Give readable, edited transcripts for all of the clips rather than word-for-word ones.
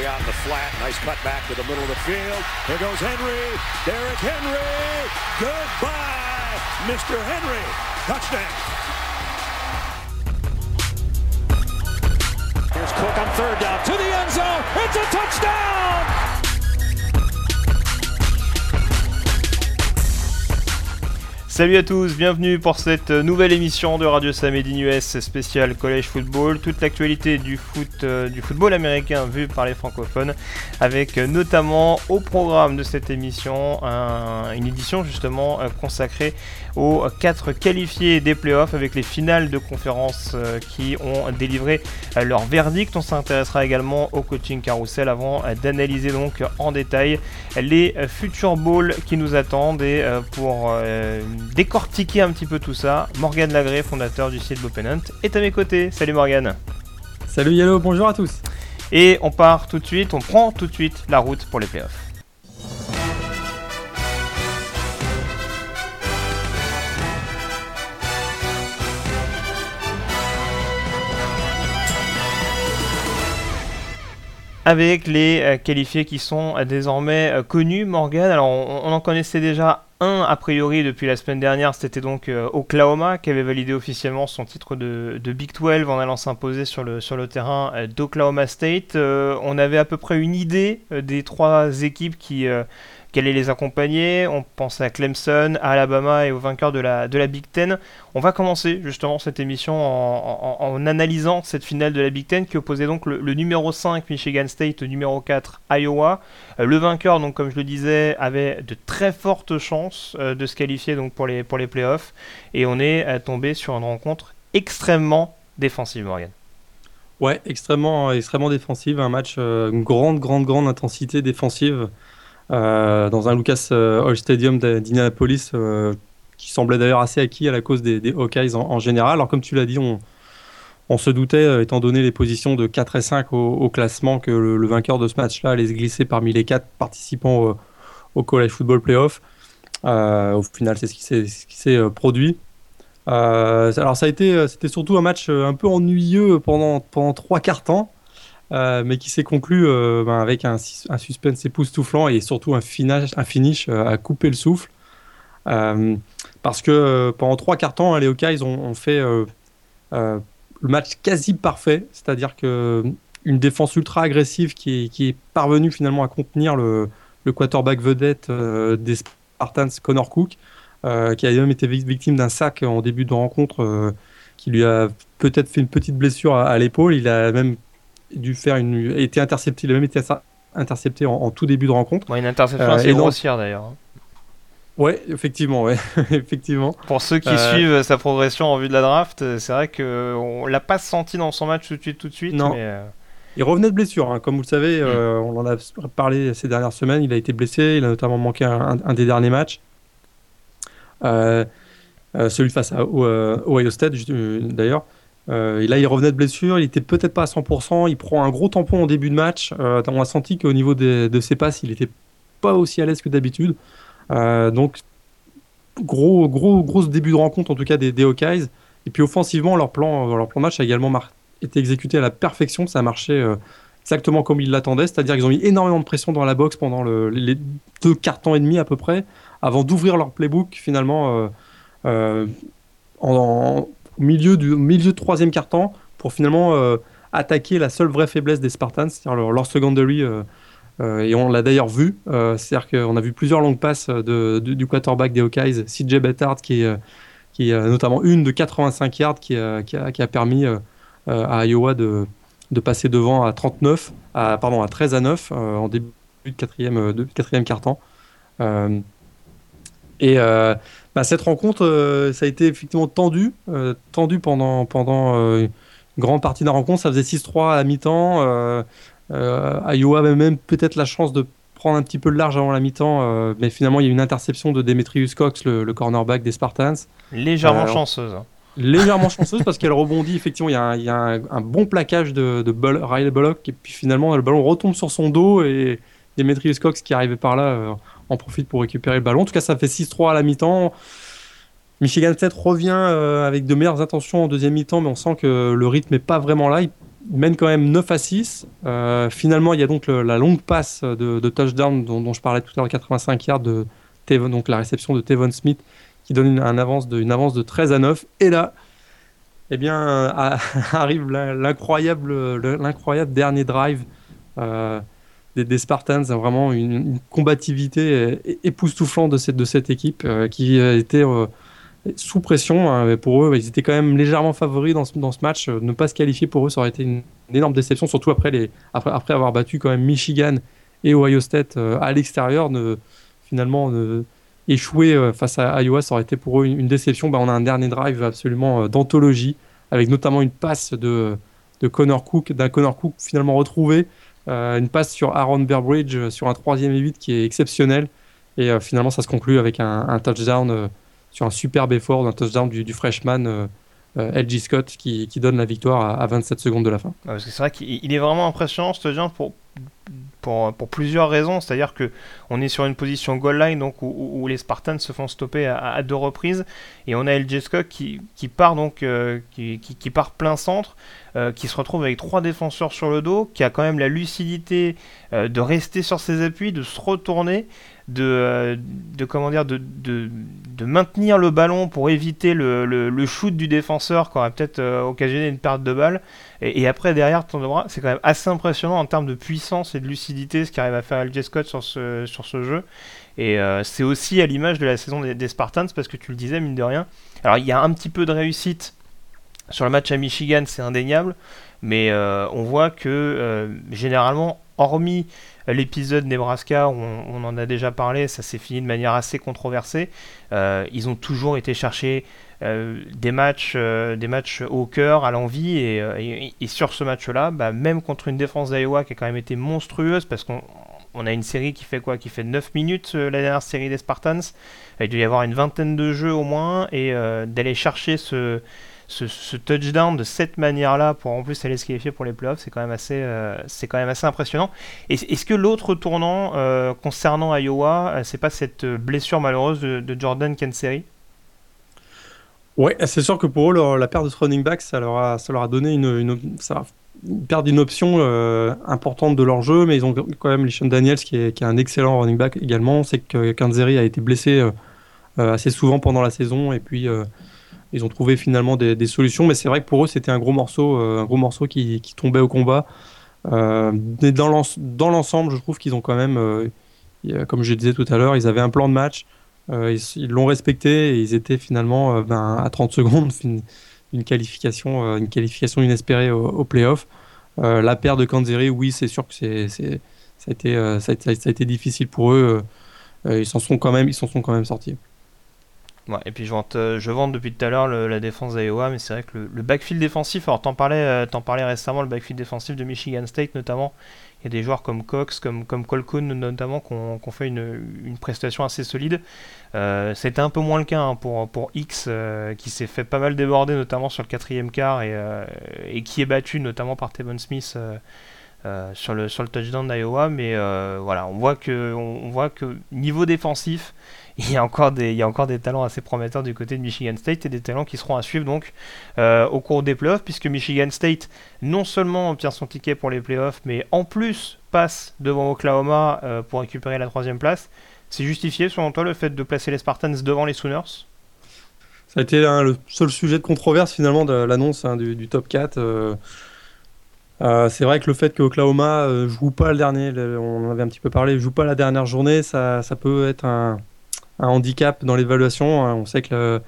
out in the flat. Nice cut back to the middle of the field. Here goes Henry. Derrick Henry. Goodbye, Mr. Henry. Touchdown. Here's Cook on third down to the end zone. It's a touchdown. Salut à tous, bienvenue pour cette nouvelle émission de Radio Samedi US spécial College Football. Toute l'actualité du football américain vu par les francophones, avec notamment au programme de cette émission une édition justement consacrée aux 4 qualifiés des playoffs avec les finales de conférence qui ont délivré leur verdict. On s'intéressera également au coaching carousel avant d'analyser donc en détail les futurs bowls qui nous attendent et pour décortiquer un petit peu tout ça, Morgan Lagré, fondateur du site Bopenant, est à mes côtés. Salut Morgan. Salut Yellow, bonjour à tous. Et on prend tout de suite la route pour les playoffs. Avec les qualifiés qui sont désormais connus, Morgan. Alors on en connaissait déjà un a priori depuis la semaine dernière, c'était donc Oklahoma qui avait validé officiellement son titre de Big 12 en allant s'imposer sur le terrain d'Oklahoma State. On avait à peu près une idée des 3 équipes qui allaient les accompagner. On pensait à Clemson, à Alabama et aux vainqueurs de la Big Ten. On va commencer justement cette émission en analysant cette finale de la Big Ten qui opposait donc le numéro 5 Michigan State au numéro 4 Iowa. Le vainqueur, donc comme je le disais, avait de très fortes chances de se qualifier donc pour les playoffs. Et on est tombé sur une rencontre extrêmement défensive, Morgan. Ouais, extrêmement défensive. Un match, une grande intensité défensive. Dans un Lucas Oil Stadium d'Indianapolis qui semblait d'ailleurs assez acquis à la cause des Hawkeyes en général. Alors comme tu l'as dit, on se doutait, étant donné les positions de 4 et 5 au classement, que le vainqueur de ce match-là allait se glisser parmi les 4 participants au College Football Playoff. Au final, c'est ce qui s'est produit. Alors c'était surtout un match un peu ennuyeux pendant 3 quarts temps. Mais qui s'est conclu avec un suspense époustouflant et surtout un finish à couper le souffle. Parce que pendant 3 quarts temps, les Hawkeyes ont fait le match quasi parfait, c'est-à-dire qu'une défense ultra agressive qui est parvenue finalement à contenir le quarterback vedette des Spartans, Connor Cook, qui a même été victime d'un sac en début de rencontre qui lui a peut-être fait une petite blessure à l'épaule. Il a même été intercepté, il a même été intercepté en tout début de rencontre. Une interception assez grossière d'ailleurs. Ouais, effectivement. Pour ceux qui suivent sa progression en vue de la draft, c'est vrai qu'on l'a pas senti dans son match tout de suite. Non. Mais il revenait de blessure, comme vous le savez, on en a parlé ces dernières semaines, il a été blessé, il a notamment manqué un des derniers matchs. Celui face à Ohio State d'ailleurs. Et là, il revenait de blessure, il était peut-être pas à 100%, il prend un gros tampon en début de match. On a senti qu'au niveau de ses passes, il était pas aussi à l'aise que d'habitude. Donc, gros début de rencontre, en tout cas des Hawkeyes. Et puis offensivement, leur plan de match a également été exécuté à la perfection. Ça a marché exactement comme ils l'attendaient, c'est-à-dire qu'ils ont mis énormément de pression dans la boxe pendant les 2 quarts temps et demi à peu près, avant d'ouvrir leur playbook finalement au milieu de 3e quart-temps pour finalement attaquer la seule vraie faiblesse des Spartans, c'est-à-dire leur secondary. Et on l'a d'ailleurs vu, c'est-à-dire qu'on a vu plusieurs longues passes du quarterback des Hawkeyes, CJ Beathard, qui a notamment une de 85 yards qui a permis à Iowa de passer devant à 13-9 en début de quatrième quart-temps. Cette rencontre, ça a été effectivement tendu pendant une grande partie de la rencontre. Ça faisait 6-3 à la mi-temps. Iowa avait même peut-être la chance de prendre un petit peu de large avant la mi-temps, mais finalement il y a une interception de Demetrius Cox, le cornerback des Spartans. Légèrement chanceuse. Légèrement chanceuse parce qu'elle rebondit, effectivement il y a un bon plaquage de Riley Bullock, et puis finalement le ballon retombe sur son dos et Demetrius Cox qui arrivait par là en profite pour récupérer le ballon. En tout cas ça fait 6-3 à la mi-temps. Michigan State revient avec de meilleures intentions en deuxième mi-temps, mais on sent que le rythme n'est pas vraiment là. ils mènent quand même 9-6. Finalement, il y a donc la longue passe de touchdown dont je parlais tout à l'heure, 85 yards de Tevon, donc la réception de Tevon Smith qui donne une avance de 13-9. Et là, eh bien, arrive l'incroyable dernier drive des Spartans. Vraiment une combativité époustouflante de cette équipe qui était sous pression. Hein. Pour eux, ils étaient quand même légèrement favoris dans ce match. Ne pas se qualifier pour eux, ça aurait été une énorme déception, surtout après avoir battu quand même Michigan et Ohio State à l'extérieur. Finalement, échouer face à Iowa, ça aurait été pour eux une déception. On a un dernier drive absolument d'anthologie, avec notamment une passe d'un Connor Cook finalement retrouvé, une passe sur Aaron Burbridge sur un 3e et 8 qui est exceptionnel. Et finalement, ça se conclut avec un touchdown sur un superbe effort, un touchdown du freshman LG Scott qui donne la victoire à 27 secondes de la fin. Ouais, parce que c'est vrai qu'il est vraiment impressionnant ce touchdown pour plusieurs raisons. C'est-à-dire qu'on est sur une position goal line donc où les Spartans se font stopper à 2 reprises et on a LJ Scott qui part qui part plein centre, qui se retrouve avec 3 défenseurs sur le dos, qui a quand même la lucidité de rester sur ses appuis, de se retourner, de maintenir le ballon pour éviter le shoot du défenseur qui aurait peut-être occasionné une perte de balle, et après derrière tourne de bras. C'est quand même assez impressionnant en termes de puissance et de lucidité ce qu'arrive à faire LJ Scott sur ce jeu, et c'est aussi à l'image de la saison des Spartans, parce que tu le disais, mine de rien, alors il y a un petit peu de réussite sur le match à Michigan, c'est indéniable, mais on voit que généralement, hormis l'épisode Nebraska où on en a déjà parlé, ça s'est fini de manière assez controversée, ils ont toujours été chercher des matchs au cœur, à l'envie, et sur ce match-là, même contre une défense d'Iowa qui a quand même été monstrueuse, parce qu'on a une série qui fait 9 minutes, la dernière série des Spartans, il doit y avoir une vingtaine de jeux au moins, et d'aller chercher ce touchdown de cette manière-là pour en plus aller se qualifier pour les playoffs, c'est quand même assez impressionnant. Et est-ce que l'autre tournant concernant Iowa, c'est pas cette blessure malheureuse de Jordan Kanseri? Ouais, c'est sûr que pour eux, la perte de ce running back, ça leur a donné une perte d'une option importante de leur jeu, mais ils ont quand même Lishon Daniels qui est un excellent running back également. On sait que Kanseri a été blessé assez souvent pendant la saison, et puis ils ont trouvé finalement des solutions, mais c'est vrai que pour eux c'était un gros morceau qui tombait au combat. Mais dans l'ensemble, je trouve qu'ils ont quand même, comme je disais tout à l'heure, ils avaient un plan de match, ils l'ont respecté, et ils étaient finalement à 30 secondes d'une qualification inespérée au play-off. La perte de Kanseri, oui, c'est sûr que ça a été difficile pour eux. Ils s'en sont quand même sortis. Ouais, et puis je vante depuis tout à l'heure la défense d'Iowa, mais c'est vrai que le backfield défensif, alors t'en parlais récemment, le backfield défensif de Michigan State notamment, il y a des joueurs comme Cox, comme Colquhoun notamment, qui ont fait une prestation assez solide. C'était un peu moins le cas pour X, qui s'est fait pas mal déborder notamment sur le 4e quart, et qui est battu notamment par Tevon Smith sur le touchdown d'Iowa, mais voilà, on voit que niveau défensif, il y a encore des talents assez prometteurs du côté de Michigan State, et des talents qui seront à suivre donc au cours des playoffs, puisque Michigan State non seulement obtient son ticket pour les playoffs, mais en plus passe devant Oklahoma pour récupérer la 3e place. C'est justifié selon toi le fait de placer les Spartans devant les Sooners? Ça a été le seul sujet de controverse finalement de l'annonce du top 4. C'est vrai que le fait que Oklahoma joue pas on en avait un petit peu parlé, joue pas la dernière journée, ça peut être un handicap dans l'évaluation. On sait que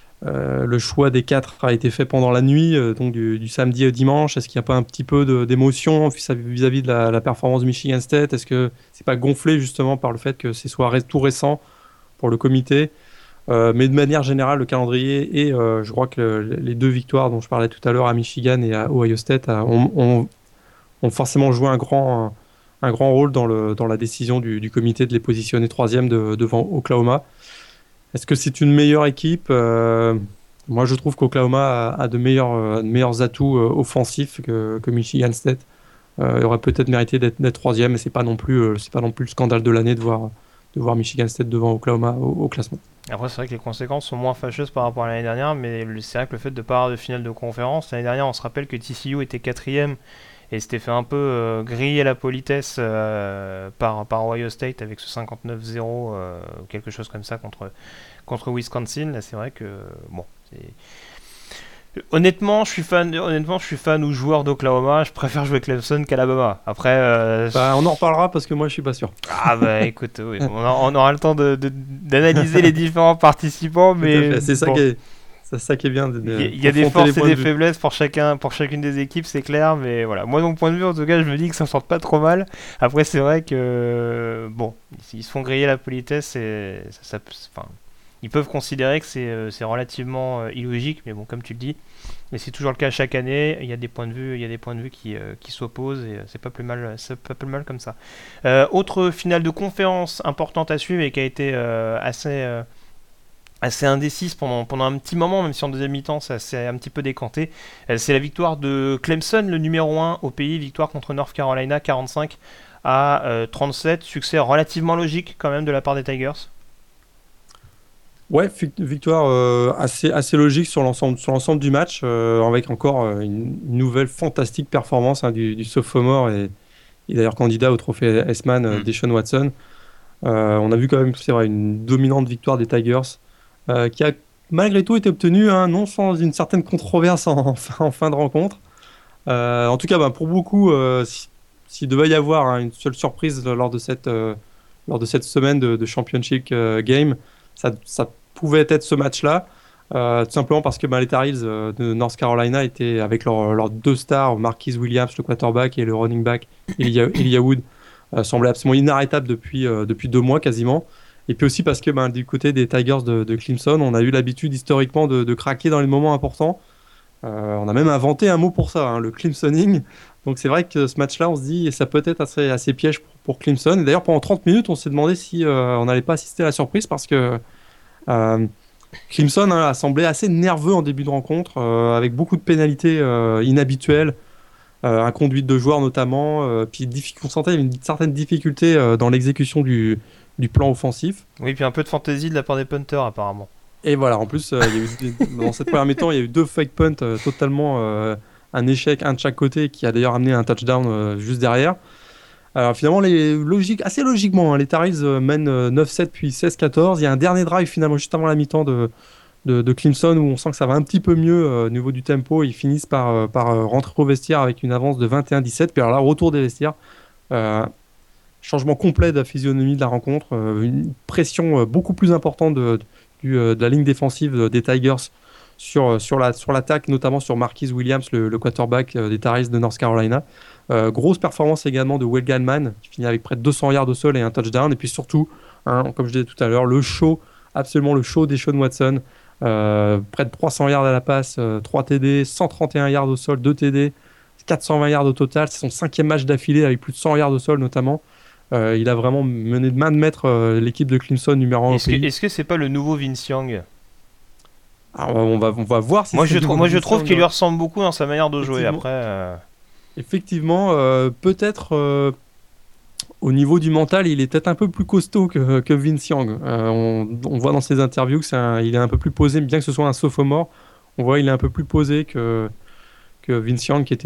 le choix des 4 a été fait pendant la nuit, donc du samedi au dimanche. Est-ce qu'il n'y a pas un petit peu d'émotion vis-à-vis de la performance de Michigan State? Est-ce que c'est pas gonflé justement par le fait que ce soit tout récent pour le comité? Mais de manière générale, le calendrier, et je crois que les 2 victoires dont je parlais tout à l'heure à Michigan et à Ohio State ont forcément joué un grand rôle dans la décision du comité de les positionner 3e devant Oklahoma. Est-ce que c'est une meilleure équipe? Moi, je trouve qu'Oklahoma a de meilleurs atouts offensifs que Michigan State. Il aurait peut-être mérité d'être 3e, mais c'est pas non plus le scandale de l'année de voir Michigan State devant Oklahoma au classement. Après, c'est vrai que les conséquences sont moins fâcheuses par rapport à l'année dernière, mais c'est vrai que le fait de ne pas avoir de finale de conférence, l'année dernière, on se rappelle que TCU était quatrième et s'était fait un peu griller la politesse par Ohio State avec ce 59-0, quelque chose comme ça contre Wisconsin. Là, c'est vrai que bon, honnêtement, je suis fan ou joueur d'Oklahoma. Je préfère jouer Clemson qu'Alabama. Après, on en reparlera parce que moi je suis pas sûr. Ah bah écoute, oui, on aura le temps d'analyser les différents participants, mais c'est ça bon, c'est ça qui est bien. Il y a des forces et des faiblesses pour chacune des équipes, c'est clair, mais voilà. Moi, de mon point de vue, en tout cas, je me dis que ça sorte pas trop mal. Après, c'est vrai que bon, ils se font griller la politesse et enfin, ils peuvent considérer que c'est relativement illogique, mais bon, comme tu le dis, mais c'est toujours le cas chaque année. Il y a des points de vue qui s'opposent et c'est pas plus mal comme ça. Autre finale de conférence importante à suivre et qui a été assez indécise pendant un petit moment, même si en deuxième mi-temps ça s'est un petit peu décanté. C'est la victoire de Clemson, le numéro 1 au pays, victoire contre North Carolina 45-37, succès relativement logique quand même de la part des Tigers. Ouais, victoire assez logique sur l'ensemble du match, avec encore une nouvelle fantastique performance du sophomore et d'ailleurs candidat au trophée Heisman, Deshaun Watson. On a vu quand même, c'est vrai, une dominante victoire des Tigers, qui a malgré tout été obtenue, non sans une certaine controverse en fin de rencontre. En tout cas, pour beaucoup, s'il devait y avoir une seule surprise lors de cette semaine de Championship Game, ça pouvait être ce match-là, tout simplement parce que les Tar Heels de North Carolina étaient avec leurs deux stars, Marquise Williams, le quarterback, et le running back, Elijah Wood, semblaient absolument inarrêtables depuis 2 mois quasiment. Et puis aussi parce que du côté des Tigers de Clemson, on a eu l'habitude historiquement de craquer dans les moments importants. On a même inventé un mot pour ça, le Clemsoning. Donc c'est vrai que ce match-là, on se dit, ça peut être assez piège pour Clemson. Et d'ailleurs, pendant 30 minutes, on s'est demandé si on n'allait pas assister à la surprise parce que Clemson a semblé assez nerveux en début de rencontre, avec beaucoup de pénalités inhabituelles, inconduite de joueurs notamment, puis on sentait une certaine difficulté dans l'exécution du plan offensif. Oui, puis un peu de fantaisie de la part des punters apparemment. Et voilà, en plus, dans cette première mi-temps, il y a eu 2 fake punts, totalement un échec, un de chaque côté, qui a d'ailleurs amené un touchdown juste derrière. Alors finalement, assez logiquement, les Tar Heels mènent 9-7 puis 16-14. Il y a un dernier drive finalement juste avant la mi-temps de Clemson où on sent que ça va un petit peu mieux au niveau du tempo. Ils finissent par rentrer au vestiaire avec une avance de 21-17. Puis alors là, retour des vestiaires, changement complet de la physionomie de la rencontre, une pression beaucoup plus importante de la ligne défensive des Tigers sur l'attaque, notamment sur Marquise Williams, le quarterback des Tar Heels de North Carolina. Grosse performance également de Will Gallman, qui finit avec près de 200 yards au sol et un touchdown. Et puis surtout, comme je disais tout à l'heure, absolument le show des Deshaun Watson. Près de 300 yards à la passe, 3 TD, 131 yards au sol, 2 TD, 420 yards au total. C'est son 5e match d'affilée avec plus de 100 yards au sol notamment. Il a vraiment mené de main de maître l'équipe de Clemson numéro 1 au pays. Est-ce que c'est pas le nouveau Vince Young? Alors, on va voir si je trouve qu'il lui ressemble beaucoup dans sa manière de jouer. Après, effectivement, peut-être au niveau du mental, il est peut-être un peu plus costaud que Vince Young. On voit dans ses interviews qu'il est un peu plus posé, bien que ce soit un sophomore. On voit qu'il est un peu plus posé que Vince Young, qui était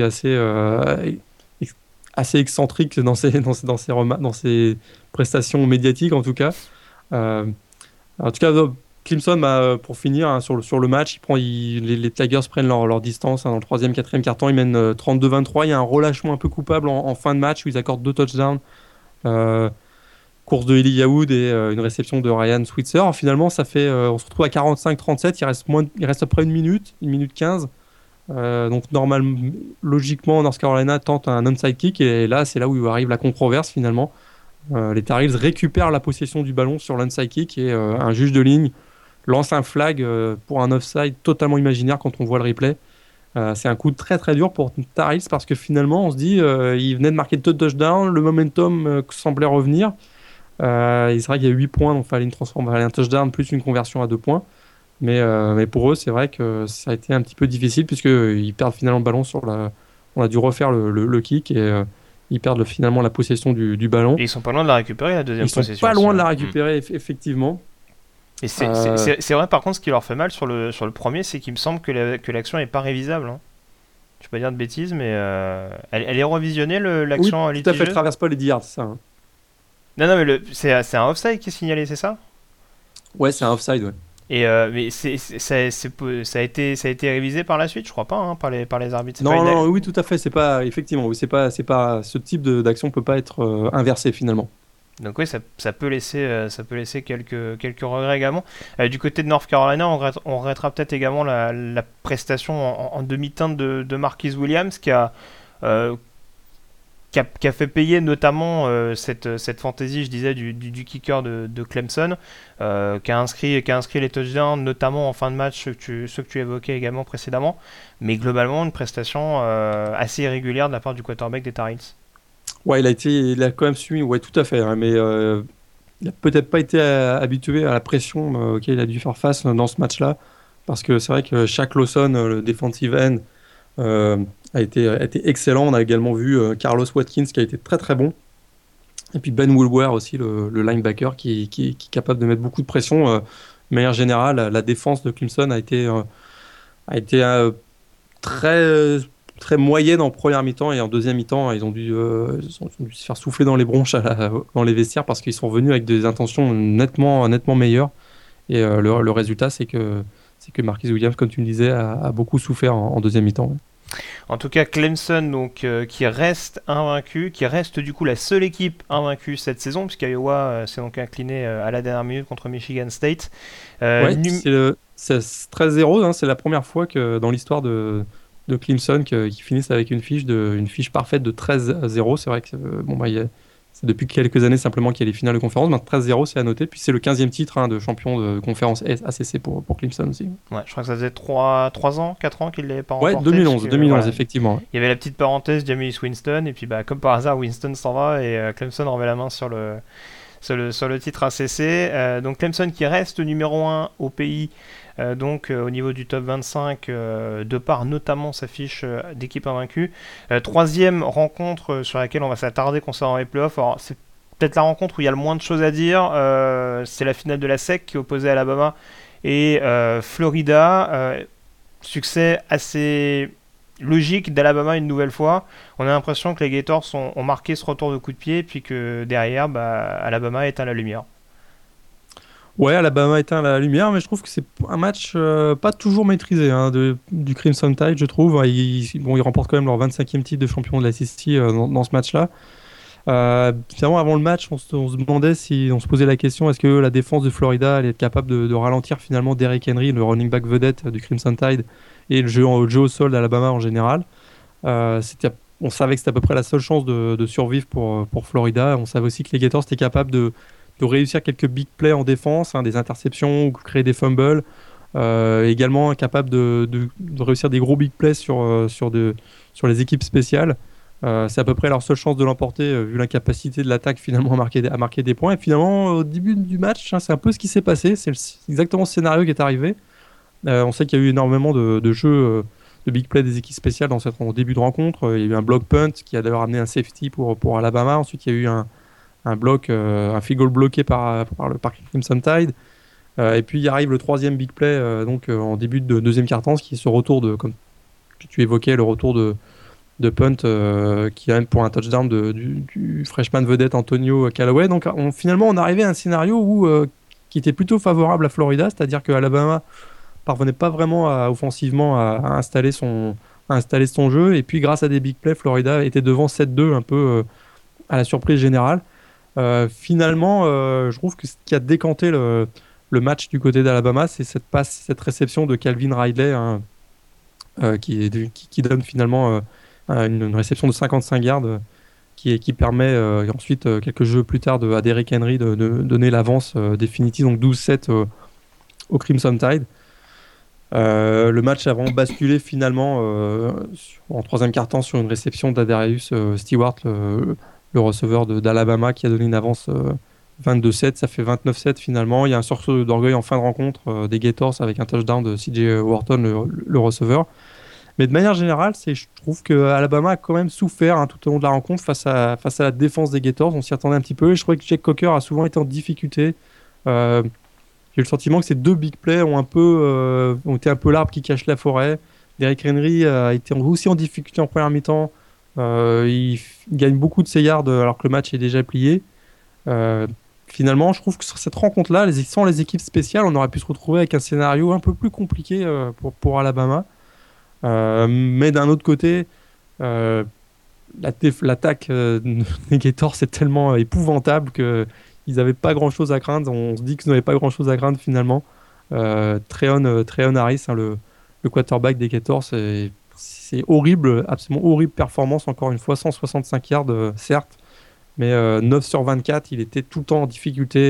assez excentrique dans ses prestations médiatiques en tout cas. En tout cas, Clemson, pour finir sur le match, les Tigers prennent leur distance dans le 3e, 4e quart-temps. Ils mènent 32-23. Il y a un relâchement un peu coupable en fin de match où ils accordent 2 touchdowns. Course de Elijah Wood et une réception de Ryan Switzer. Alors, finalement, ça fait, on se retrouve à 45-37. Il reste à peu près 1 minute 15. Donc logiquement, North Carolina tente un onside kick et là, c'est là où arrive la controverse finalement. Les Tar Heels récupèrent la possession du ballon sur l'onside kick et un juge de ligne lance un flag pour un offside totalement imaginaire quand on voit le replay. C'est un coup très très dur pour Tar Heels parce que finalement on se dit ils venaient de marquer 2 touchdowns, le momentum semblait revenir. C'est vrai qu'il y a 8 points, donc il fallait un touchdown plus une conversion à 2 points. Mais pour eux, c'est vrai que ça a été un petit peu difficile puisqu'ils perdent finalement le ballon on a dû refaire le kick et ils perdent finalement la possession du ballon. Et ils sont pas loin de la récupérer, la deuxième possession. Ils sont pas loin de la récupérer, effectivement. Et c'est vrai, par contre, ce qui leur fait mal sur le premier, c'est qu'il me semble que l'action n'est pas révisable. Hein. Je peux pas dire de bêtises, mais elle est revisionnée, l'action litigieuse. Tout à fait, elle traverse pas les 10 yards, c'est ça. Hein. Non, mais c'est un offside qui est signalé, c'est ça ? Ouais, c'est un offside, ouais. Et mais ça a été révisé par la suite, je crois pas, hein, par les arbitres. Non, oui, tout à fait. C'est pas effectivement, oui, c'est pas ce type d'action peut pas être inversé finalement. Donc oui, ça peut laisser quelques regrets également. Du côté de North Carolina, on regrettera peut-être également la prestation en demi-teinte de Marquise Williams qui a fait payer notamment cette fantaisie, je disais, du kicker de Clemson, qui a inscrit les touchdowns, notamment en fin de match, ceux que tu évoquais également précédemment, mais globalement une prestation assez irrégulière de la part du quarterback des Tar Heels. Ouais, il a quand même suivi, ouais, tout à fait, hein, mais il a peut-être pas été habitué à la pression auquel il a dû faire face dans ce match-là, parce que c'est vrai que Shaq Lawson, le defensive end, a été excellent. On a également vu Carlos Watkins qui a été très très bon. Et puis Ben Woolware aussi, le linebacker qui est capable de mettre beaucoup de pression. De manière générale, la défense de Clemson a été très, très moyenne en première mi-temps, et en deuxième mi-temps, ils ont dû se faire souffler dans les bronches dans les vestiaires parce qu'ils sont venus avec des intentions nettement meilleures. Et le résultat, c'est que Marquise Williams, comme tu le disais, a beaucoup souffert en deuxième mi-temps. Ouais. En tout cas, Clemson donc, qui reste invaincu, qui reste du coup la seule équipe invaincue cette saison, puisqu'Iowa s'est donc incliné à la dernière minute contre Michigan State. C'est 13-0, hein, c'est la première fois que dans l'histoire de Clemson qu'ils finissent avec une fiche parfaite de 13-0. C'est vrai que c'est depuis quelques années simplement qu'il y a les finales de conférence. Mais 13-0, c'est à noter. Puis c'est le 15e titre de champion de conférence ACC pour Clemson aussi. Ouais, je crois que ça faisait 3 ans, 4 ans qu'il ne l'avait pas remporté. Ouais, 2011, voilà, effectivement. Il y avait la petite parenthèse Jameis Winston. Et puis comme par hasard, Winston s'en va et Clemson remet la main sur le titre ACC. Donc Clemson qui reste numéro 1 au pays. Au niveau du top 25, de par notamment sa fiche d'équipe invaincue. Troisième rencontre sur laquelle on va s'attarder concernant les playoffs. Alors, c'est peut-être la rencontre où il y a le moins de choses à dire. C'est la finale de la SEC qui opposait Alabama et Florida. Succès assez logique d'Alabama une nouvelle fois. On a l'impression que les Gators ont marqué ce retour de coup de pied, puis que derrière, Alabama éteint la lumière. Ouais, Alabama éteint la lumière, mais je trouve que c'est un match pas toujours maîtrisé du Crimson Tide, je trouve. Ils remportent quand même leur 25e titre de champion de la SEC dans ce match-là. Finalement, avant le match, on se demandait on se posait la question, est-ce que la défense de Florida allait être capable de ralentir finalement Derrick Henry, le running back vedette du Crimson Tide, et le jeu au sol d'Alabama en général. On savait que c'était à peu près la seule chance de survivre pour Florida. On savait aussi que les Gators étaient capables de réussir quelques big plays en défense, des interceptions ou créer des fumbles. Également capable de réussir des gros big plays sur les équipes spéciales. C'est à peu près leur seule chance de l'emporter, vu l'incapacité de l'attaque finalement à marquer des points. Et finalement, au début du match, c'est un peu ce qui s'est passé. C'est exactement ce scénario qui est arrivé. On sait qu'il y a eu énormément de jeux de big play des équipes spéciales en début de rencontre. Il y a eu un block punt qui a d'ailleurs amené un safety pour Alabama. Ensuite, il y a eu un field goal bloqué par le Crimson Tide. Et puis il arrive le troisième big play en début de deuxième quart-temps, qui est ce retour comme tu évoquais, le retour de punt qui amène pour un touchdown du freshman vedette Antonio Callaway. Donc finalement on arrivait à un scénario qui était plutôt favorable à Florida, c'est-à-dire que Alabama parvenait pas vraiment offensivement à installer son jeu, et puis grâce à des big plays, Florida était devant 7-2 un peu à la surprise générale. Finalement, je trouve que ce qui a décanté le match du côté d'Alabama, c'est cette réception de Calvin Ridley qui donne finalement une réception de 55 yards qui permet ensuite, quelques jeux plus tard, à Derrick Henry de donner l'avance définitive, donc 12-7 au Crimson Tide. Le match a vraiment basculé finalement en troisième quart-temps sur une réception d'Adarius Stewart, le receveur d'Alabama, qui a donné une avance 22-7, ça fait 29-7 finalement. Il y a un sursaut d'orgueil en fin de rencontre des Gators avec un touchdown de CJ Wharton, le receveur. Mais de manière générale, je trouve que Alabama a quand même souffert tout au long de la rencontre face à la défense des Gators. On s'y attendait un petit peu, et je trouvais que Jake Cocker a souvent été en difficulté. j'ai eu le sentiment que ces deux big plays ont été un peu l'arbre qui cache la forêt. Derrick Henry a été aussi en difficulté en première mi-temps. Il gagne beaucoup de ses yards alors que le match est déjà plié. Finalement, je trouve que sur cette rencontre-là, sans les équipes spéciales, on aurait pu se retrouver avec un scénario un peu plus compliqué pour Alabama. Mais d'un autre côté, l'attaque des Gators c'est tellement épouvantable qu'ils n'avaient pas grand-chose à craindre. On se dit qu'ils n'avaient pas grand-chose à craindre finalement. Treon Harris, le quarterback des Gators, c'est horrible, absolument horrible performance, encore une fois, 165 yards, certes, mais 9 sur 24, il était tout le temps en difficulté,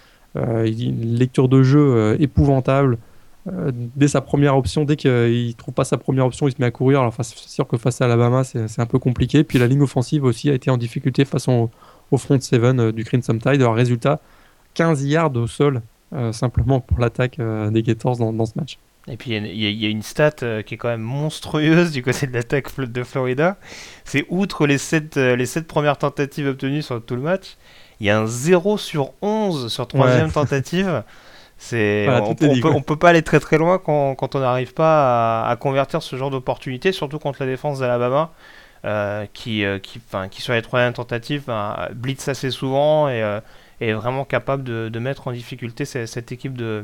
une lecture de jeu épouvantable. Dès sa première option, dès qu'il ne trouve pas sa première option, il se met à courir. Alors c'est sûr que face à Alabama, c'est un peu compliqué. Puis la ligne offensive aussi a été en difficulté face au front seven du Crimson Tide. Alors résultat, 15 yards au sol, simplement pour l'attaque des Gators dans ce match. Et puis il y a une stat qui est quand même monstrueuse du côté de l'attaque de Florida. C'est outre les 7 premières tentatives obtenues sur tout le match, il y a un 0 sur 11 sur troisième tentative. Voilà, on peut pas aller très très loin quand on n'arrive pas à convertir ce genre d'opportunité, surtout contre la défense d'Alabama, qui sur les troisième tentatives blitz assez souvent et est vraiment capable de mettre en difficulté cette équipe de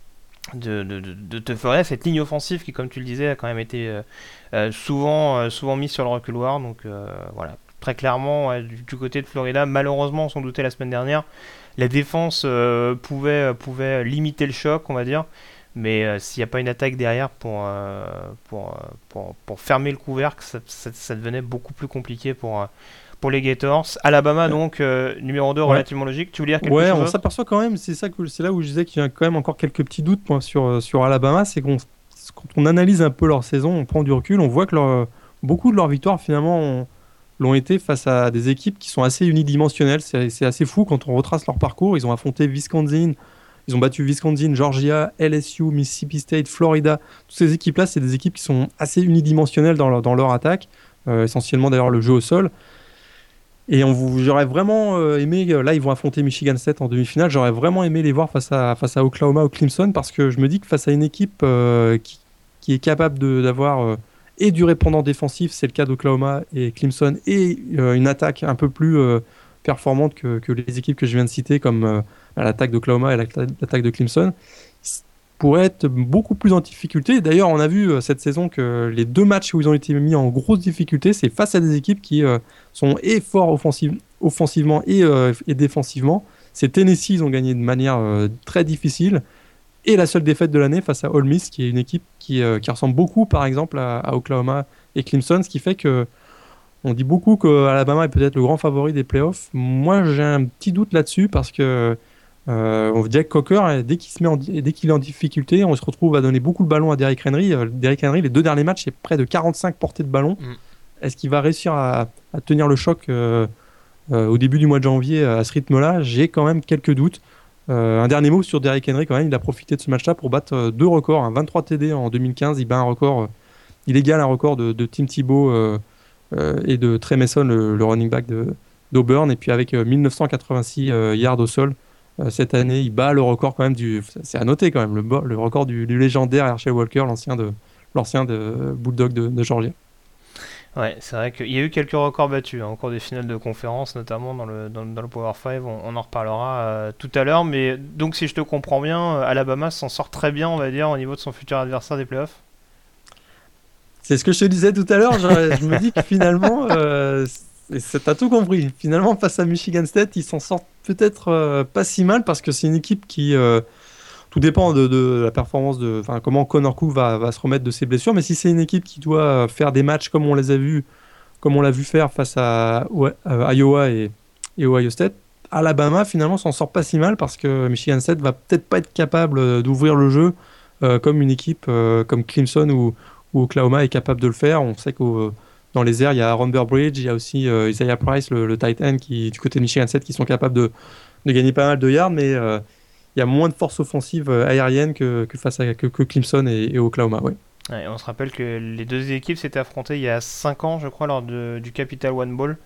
Florida, cette ligne offensive qui, comme tu le disais, a quand même été souvent mise sur le reculoir. Donc voilà, très clairement, du côté de Florida, malheureusement, on s'en doutait la semaine dernière, la défense pouvait limiter le choc, on va dire, mais s'il n'y a pas une attaque derrière pour fermer le couvercle, ça devenait beaucoup plus compliqué pour les Gators. Alabama, donc, numéro 2, relativement logique. Tu voulais dire quelque chose ? On s'aperçoit quand même, c'est là où je disais qu'il y a quand même encore quelques petits doutes sur Alabama, c'est quand on analyse un peu leur saison, on prend du recul, on voit que beaucoup de leurs victoires, finalement, l'ont été face à des équipes qui sont assez unidimensionnelles. C'est assez fou quand on retrace leur parcours. Ils ont affronté Wisconsin, ils ont battu Wisconsin, Georgia, LSU, Mississippi State, Florida. Toutes ces équipes-là, c'est des équipes qui sont assez unidimensionnelles dans leur attaque, essentiellement d'ailleurs le jeu au sol. Et j'aurais vraiment aimé, là ils vont affronter Michigan State en demi-finale, j'aurais vraiment aimé les voir face à Oklahoma ou Clemson, parce que je me dis que face à une équipe qui est capable d'avoir et du répondant défensif, c'est le cas d'Oklahoma et Clemson, et une attaque un peu plus performante que les équipes que je viens de citer, comme l'attaque d'Oklahoma et l'attaque de Clemson, pourrait être beaucoup plus en difficulté. D'ailleurs, on a vu cette saison que les 2 matchs où ils ont été mis en grosse difficulté, c'est face à des équipes qui sont et forts offensivement et défensivement. C'est Tennessee, ils ont gagné de manière très difficile. Et la seule défaite de l'année face à Ole Miss, qui est une équipe qui ressemble beaucoup, par exemple, à Oklahoma et Clemson, ce qui fait que on dit beaucoup qu'Alabama est peut-être le grand favori des playoffs. Moi, j'ai un petit doute là-dessus, parce que Jack Cocker, dès qu'il est en difficulté, on se retrouve à donner beaucoup de ballons à Derrick Henry. Derrick Henry, les 2 derniers matchs, c'est près de 45 portées de ballon. Est-ce qu'il va réussir à tenir le choc au début du mois de janvier à ce rythme-là? J'ai quand même quelques doutes. Un dernier mot sur Derrick Henry, quand même, il a profité de ce match-là pour battre 2 records, 23 TD en 2015, il bat un record, il égale un record de Tim Tebow et de Trey Mason, le running back d'Auburn, et puis avec 1986 yards au sol. Cette année, il bat le record quand même c'est à noter quand même, le record du légendaire Herschel Walker, l'ancien de Bulldog de Georgia. Ouais, c'est vrai qu'il y a eu quelques records battus au cours des finales de conférence, notamment dans le Power 5, on en reparlera tout à l'heure, mais donc si je te comprends bien, Alabama s'en sort très bien, on va dire, au niveau de son futur adversaire des playoffs. C'est ce que je te disais tout à l'heure, je me dis que finalement, t'as tout compris, finalement face à Michigan State, ils s'en sortent peut-être pas si mal, parce que c'est une équipe qui... tout dépend de la performance, comment Connor Cook va se remettre de ses blessures, mais si c'est une équipe qui doit faire des matchs comme on l'a vu faire face à Iowa et Ohio State, Alabama finalement s'en sort pas si mal, parce que Michigan State va peut-être pas être capable d'ouvrir le jeu comme une équipe comme Clemson ou Oklahoma est capable de le faire. On sait que dans les airs, il y a Aaron Burbridge, il y a aussi Isaiah Price, le tight end du côté de Michigan State, qui sont capables de gagner pas mal de yards, mais il y a moins de force offensive aérienne que face à que Clemson et Oklahoma. Ouais. Ouais, on se rappelle que les 2 équipes s'étaient affrontées il y a 5 ans, je crois, lors du Capital One Bowl.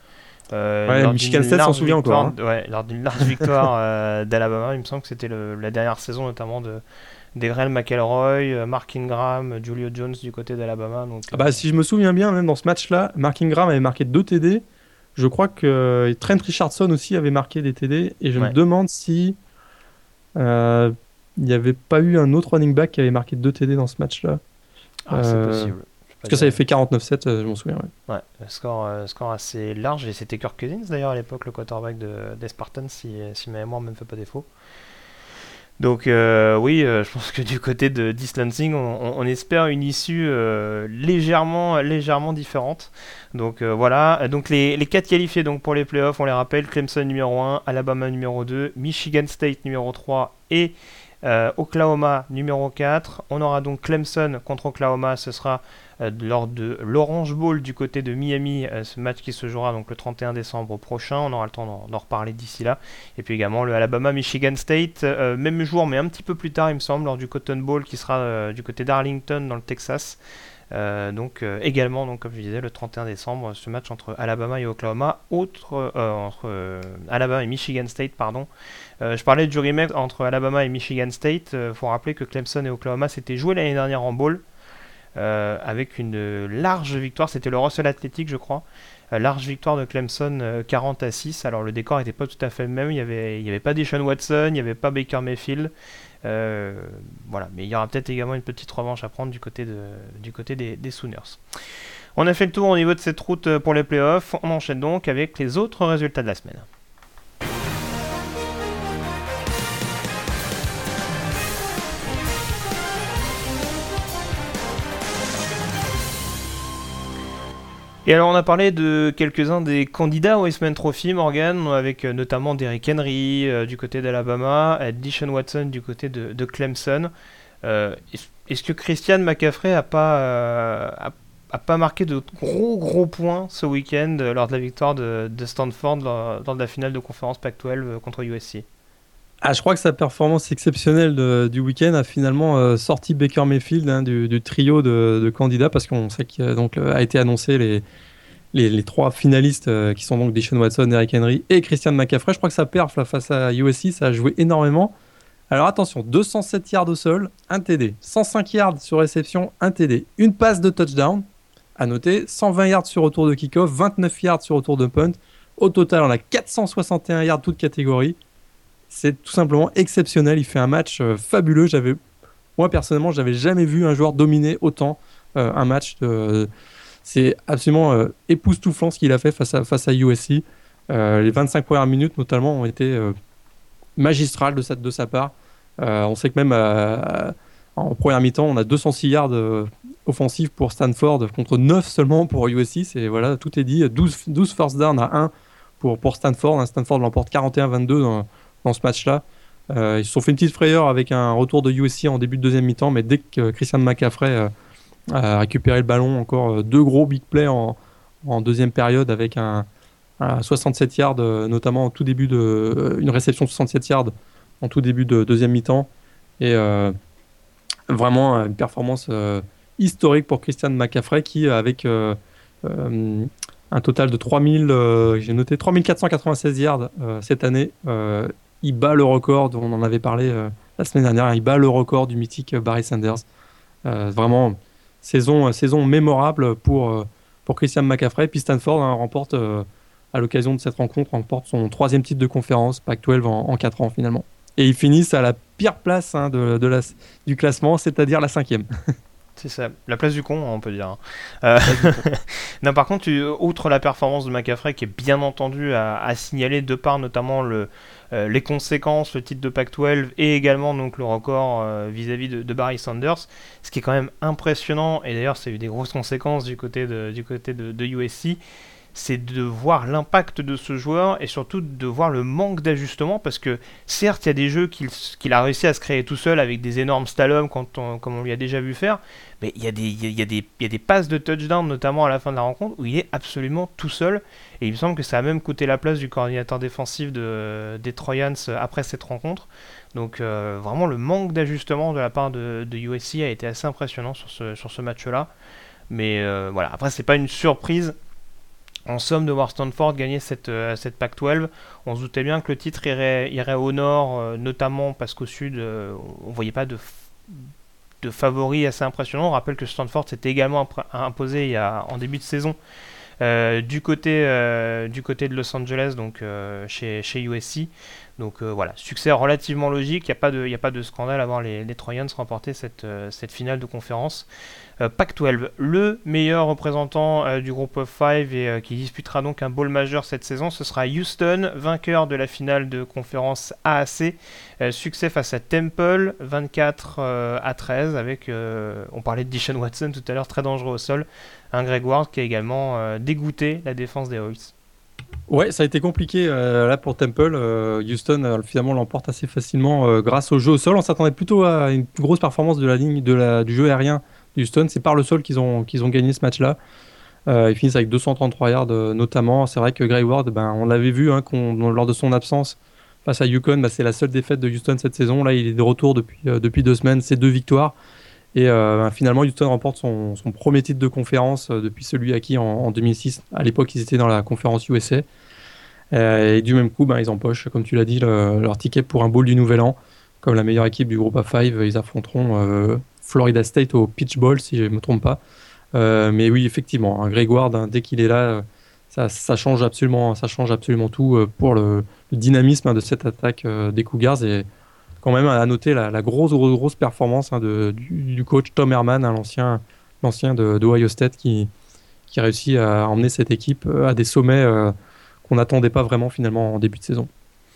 Michigan State s'en souvient encore. Lors d'une large victoire d'Alabama, il me semble que c'était la dernière saison notamment d'Egrel McElroy, Mark Ingram, Julio Jones du côté d'Alabama. Donc, si je me souviens bien, même dans ce match-là, Mark Ingram avait marqué 2 TD. Je crois que Trent Richardson aussi avait marqué des TD. Et je me demande si il n'y avait pas eu un autre running back qui avait marqué 2 TD dans ce match-là. C'est possible. Parce que ça avait fait 49-7, je m'en souviens. Ouais, score assez large. Et c'était Kirk Cousins d'ailleurs à l'époque, le quarterback des Spartans, si ma mémoire ne me fait pas défaut. Donc je pense que du côté de East Lansing, on espère une issue légèrement différente. Donc voilà, donc les 4 qualifiés donc, pour les playoffs, on les rappelle, Clemson numéro 1, Alabama numéro 2, Michigan State numéro 3 et Oklahoma numéro 4. On aura donc Clemson contre Oklahoma, ce sera lors de l'Orange Bowl du côté de Miami, ce match qui se jouera donc le 31 décembre prochain. On aura le temps d'en reparler d'ici là. Et puis également le Alabama-Michigan State, même jour mais un petit peu plus tard il me semble, lors du Cotton Bowl qui sera du côté d'Arlington dans le Texas. Également, donc, comme je disais, le 31 décembre, ce match entre Alabama et Oklahoma, entre Alabama et Michigan State, pardon. Je parlais du rematch entre Alabama et Michigan State. Faut rappeler que Clemson et Oklahoma s'étaient joués l'année dernière en bowl, avec une large victoire. C'était le Russell Athletic, je crois. Large victoire de Clemson, 40-6. Alors le décor n'était pas tout à fait le même. Il y avait pas Deshaun Watson, il n'y avait pas Baker Mayfield. Voilà, mais il y aura peut-être également une petite revanche à prendre du côté des Sooners. On a fait le tour au niveau de cette route pour les playoffs. On enchaîne donc avec les autres résultats de la semaine. Et alors on a parlé de quelques-uns des candidats au Heisman Trophy, Morgan, avec notamment Derrick Henry du côté d'Alabama, Deshaun Watson du côté de Clemson. Est-ce que Christian McCaffrey a pas marqué de gros points ce week-end lors de la victoire de Stanford lors de la finale de conférence Pac-12 contre USC? Je crois que sa performance exceptionnelle du week-end a finalement sorti Baker Mayfield du trio de candidats, parce qu'on sait qu'il a été annoncé les 3 finalistes qui sont donc Deshaun Watson, Derrick Henry et Christian McCaffrey. Je crois que sa perf là, face à USC, ça a joué énormément. Alors attention, 207 yards au sol, 1 TD, 105 yards sur réception, 1 TD, une passe de touchdown. À noter, 120 yards sur retour de kick-off, 29 yards sur retour de punt. Au total, on a 461 yards toutes catégories. C'est tout simplement exceptionnel. Il fait un match fabuleux. Moi, personnellement, je n'avais jamais vu un joueur dominer autant un match. C'est absolument époustouflant ce qu'il a fait face à USC. Les 25 premières minutes, notamment, ont été magistrales de sa part. On sait que même en première mi-temps, on a 206 yards offensifs pour Stanford contre 9 seulement pour USC. Voilà, tout est dit. 12 first down à 1 pour Stanford. Stanford l'emporte 41-22 dans ce match-là. Ils se sont fait une petite frayeur avec un retour de USC en début de deuxième mi-temps, mais dès que Christian McCaffrey a récupéré le ballon, encore 2 gros big plays en deuxième période avec un 67 yards, notamment en tout début une réception de 67 yards en tout début de deuxième mi-temps. Et vraiment une performance historique pour Christian McCaffrey qui, avec un total de j'ai noté 3496 yards cette année, il bat le record, on en avait parlé la semaine dernière, il bat le record du mythique Barry Sanders. Vraiment, saison mémorable pour Christian McCaffrey. Puis Stanford remporte, à l'occasion de cette rencontre, son 3e titre de conférence Pac-12 en 4 ans finalement. Et ils finissent à la pire place du classement, c'est-à-dire la 5e. C'est ça, la place du con, on peut dire. Non, par contre, outre la performance de McCaffrey, qui est bien entendu à signaler de par notamment les conséquences, le titre de Pac-12 et également donc le record vis-à-vis de Barry Sanders, ce qui est quand même impressionnant, et d'ailleurs ça a eu des grosses conséquences du côté de USC, c'est de voir l'impact de ce joueur et surtout de voir le manque d'ajustement, parce que certes il y a des jeux qu'il a réussi à se créer tout seul avec des énormes slaloms comme on lui a déjà vu faire, mais il y a des passes de touchdown notamment à la fin de la rencontre où il est absolument tout seul, et il me semble que ça a même coûté la place du coordinateur défensif des Trojans après cette rencontre. Donc vraiment le manque d'ajustement de la part de USC a été assez impressionnant sur ce match là, mais voilà, après c'est pas une surprise en somme de voir Stanford gagner cette Pac-12. On se doutait bien que le titre irait au nord, notamment parce qu'au sud, on ne voyait pas de favoris assez impressionnants. On rappelle que Stanford s'était également imposé en début de saison du côté de Los Angeles, donc chez USC. Donc voilà, succès relativement logique, il n'y a pas de scandale à voir les Trojans remporter cette finale de conférence. Pac-12, le meilleur représentant du groupe of 5 et qui disputera donc un bowl majeur cette saison, ce sera Houston, vainqueur de la finale de conférence AAC. Succès face à Temple, 24-13, avec, on parlait de Deshaun Watson tout à l'heure, très dangereux au sol, un Greg Ward qui a également dégoûté la défense des Oils. Ouais, ça a été compliqué là pour Temple. Houston finalement l'emporte assez facilement grâce au jeu au sol. On s'attendait plutôt à une plus grosse performance de la ligne du jeu aérien d'Houston. C'est par le sol qu'ils ont gagné ce match-là. Ils finissent avec 233 yards notamment. C'est vrai que Greg Ward, on l'avait vu lors de son absence face à UConn, c'est la seule défaite de Houston cette saison. Là, il est de retour depuis 2 semaines. C'est 2 victoires. Et finalement, Houston remporte son premier titre de conférence depuis celui acquis en 2006. À l'époque, ils étaient dans la conférence USA. Et du même coup, ils empochent, comme tu l'as dit, leur ticket pour un bowl du Nouvel An. Comme la meilleure équipe du groupe A5, ils affronteront Florida State au Peach Bowl, si je ne me trompe pas. Mais oui, effectivement, Greg Ward, dès qu'il est là, ça change absolument tout pour le dynamisme de cette attaque des Cougars. Et quand même à noter la grosse performance du coach Tom Herman, l'ancien de Ohio State, qui réussit à emmener cette équipe à des sommets qu'on n'attendait pas vraiment finalement en début de saison.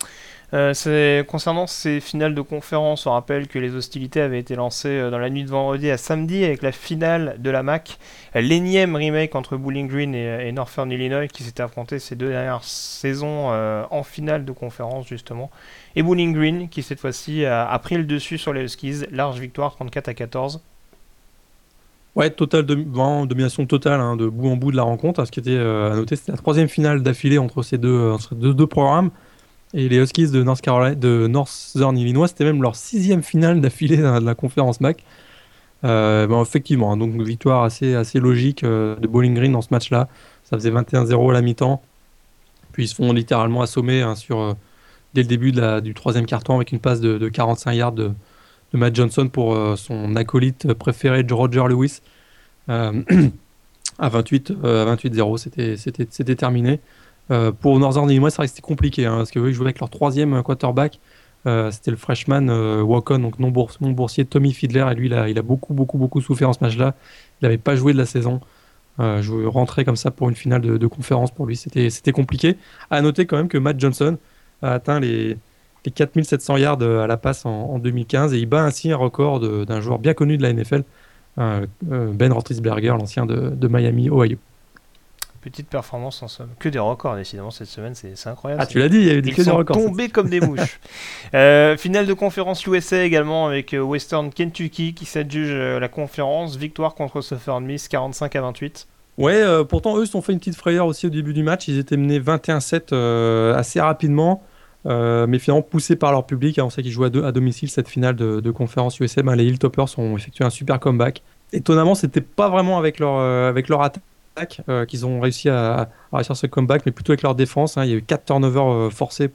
Concernant ces finales de conférence, on rappelle que les hostilités avaient été lancées dans la nuit de vendredi à samedi avec la finale de la MAC, l'énième remake entre Bowling Green et Northern Illinois qui s'étaient affrontés ces 2 dernières saisons en finale de conférence justement. Et Bowling Green qui cette fois-ci a pris le dessus sur les Huskies, large victoire 34-14. Ouais, domination totale de bout en bout de la rencontre. Ce qui était à noter, c'était la 3e finale d'affilée entre ces deux programmes. Et les Huskies de Northern Illinois, c'était même leur 6e finale d'affilée de la conférence MAC. Effectivement, donc une victoire assez logique de Bowling Green dans ce match-là. Ça faisait 21-0 à la mi-temps. Puis ils se font littéralement assommer dès le début du 3e quart-temps avec une passe de 45 yards de Matt Johnson pour son acolyte préféré, Roger Lewis. À 28-0, c'était terminé. Pour Northern Illinois, c'est vrai que c'était compliqué parce que eux, ils jouaient avec leur 3e quarterback. C'était le freshman walk-on, donc non boursier Tommy Fiedler. Et lui, il a beaucoup souffert en ce match-là. Il n'avait pas joué de la saison. Rentrer comme ça pour une finale de conférence, pour lui, c'était compliqué. À noter quand même que Matt Johnson a atteint les 4700 yards à la passe en 2015 et il bat ainsi un record d'un joueur bien connu de la NFL, Ben Roethlisberger, l'ancien de Miami, Ohio. Petite performance en somme. Que des records décidément cette semaine, c'est incroyable. Ah, tu l'as dit, il y a eu que des records. Ils sont tombés comme des mouches. Finale de conférence USA également avec Western Kentucky qui s'adjuge la conférence. Victoire contre Southern Miss 45-28. Ouais, pourtant eux se sont fait une petite frayeur aussi au début du match. Ils étaient menés 21-7 assez rapidement. Mais finalement poussés par leur public, on sait qu'ils jouent à domicile cette finale de conférence USA. Les Hilltoppers ont effectué un super comeback. Étonnamment, c'était pas vraiment avec leur attaque qu'ils ont réussi à réussir ce comeback, mais plutôt avec leur défense. Il y a eu 4 turnovers forcés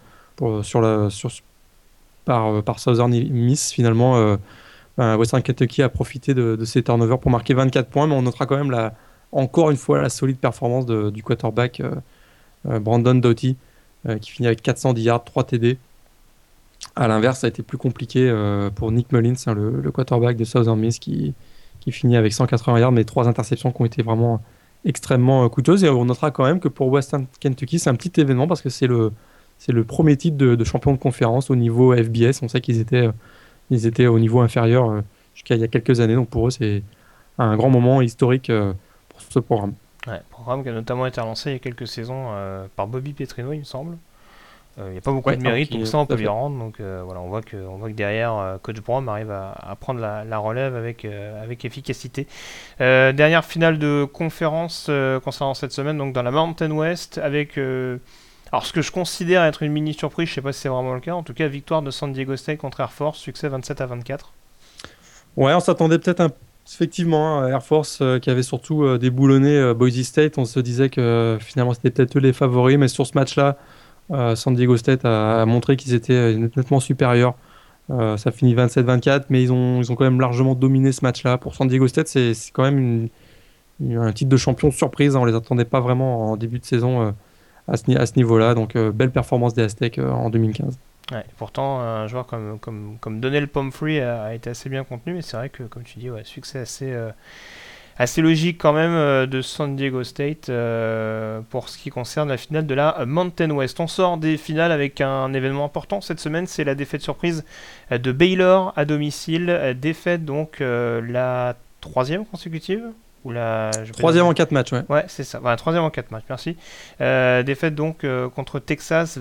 par Southern Miss. Finalement, Western Kentucky a profité de ces turnovers pour marquer 24 points, mais on notera quand même encore une fois la solide performance du quarterback Brandon Doughty, qui finit avec 410 yards, 3 TD. À l'inverse, ça a été plus compliqué pour Nick Mullins, le quarterback de Southern Miss, qui finit avec 180 yards, mais 3 interceptions qui ont été vraiment extrêmement coûteuses. Et on notera quand même que pour Western Kentucky, c'est un petit événement parce que c'est le premier titre de champion de conférence au niveau FBS. On sait qu'ils étaient au niveau inférieur jusqu'à il y a quelques années. Donc pour eux, c'est un grand moment historique pour ce programme. Ouais, programme qui a notamment été relancé il y a quelques saisons par Bobby Petrino, il me semble. Il n'y a pas beaucoup de mérite, donc ça on peut lui rendre. Donc voilà, on voit que derrière, Coach Brown arrive à prendre la relève avec efficacité. Dernière finale de conférence concernant cette semaine, donc dans la Mountain West, avec alors ce que je considère être une mini surprise, je ne sais pas si c'est vraiment le cas, en tout cas victoire de San Diego State contre Air Force, succès 27-24. Ouais, on s'attendait peut-être Effectivement, Air Force qui avait surtout déboulonné Boise State, on se disait que finalement c'était peut-être eux les favoris, mais sur ce match-là, San Diego State a montré qu'ils étaient nettement supérieurs. Ça finit 27-24, mais ils ont quand même largement dominé ce match-là. Pour San Diego State, c'est quand même un titre de champion surprise, hein. On les attendait pas vraiment en début de saison à ce niveau-là. Donc belle performance des Aztecs en 2015. Ouais, pourtant, un joueur comme Donnell Pumphrey a été assez bien contenu, mais c'est vrai que, comme tu dis, succès assez logique quand même de San Diego State pour ce qui concerne la finale de la Mountain West. On sort des finales avec un événement important cette semaine, c'est la défaite surprise de Baylor à domicile. Défaite donc la 3e consécutive ou Troisième en 4 matchs, ouais. Ouais, c'est ça. Voilà, 3e en 4 matchs, merci. Défaite donc contre Texas,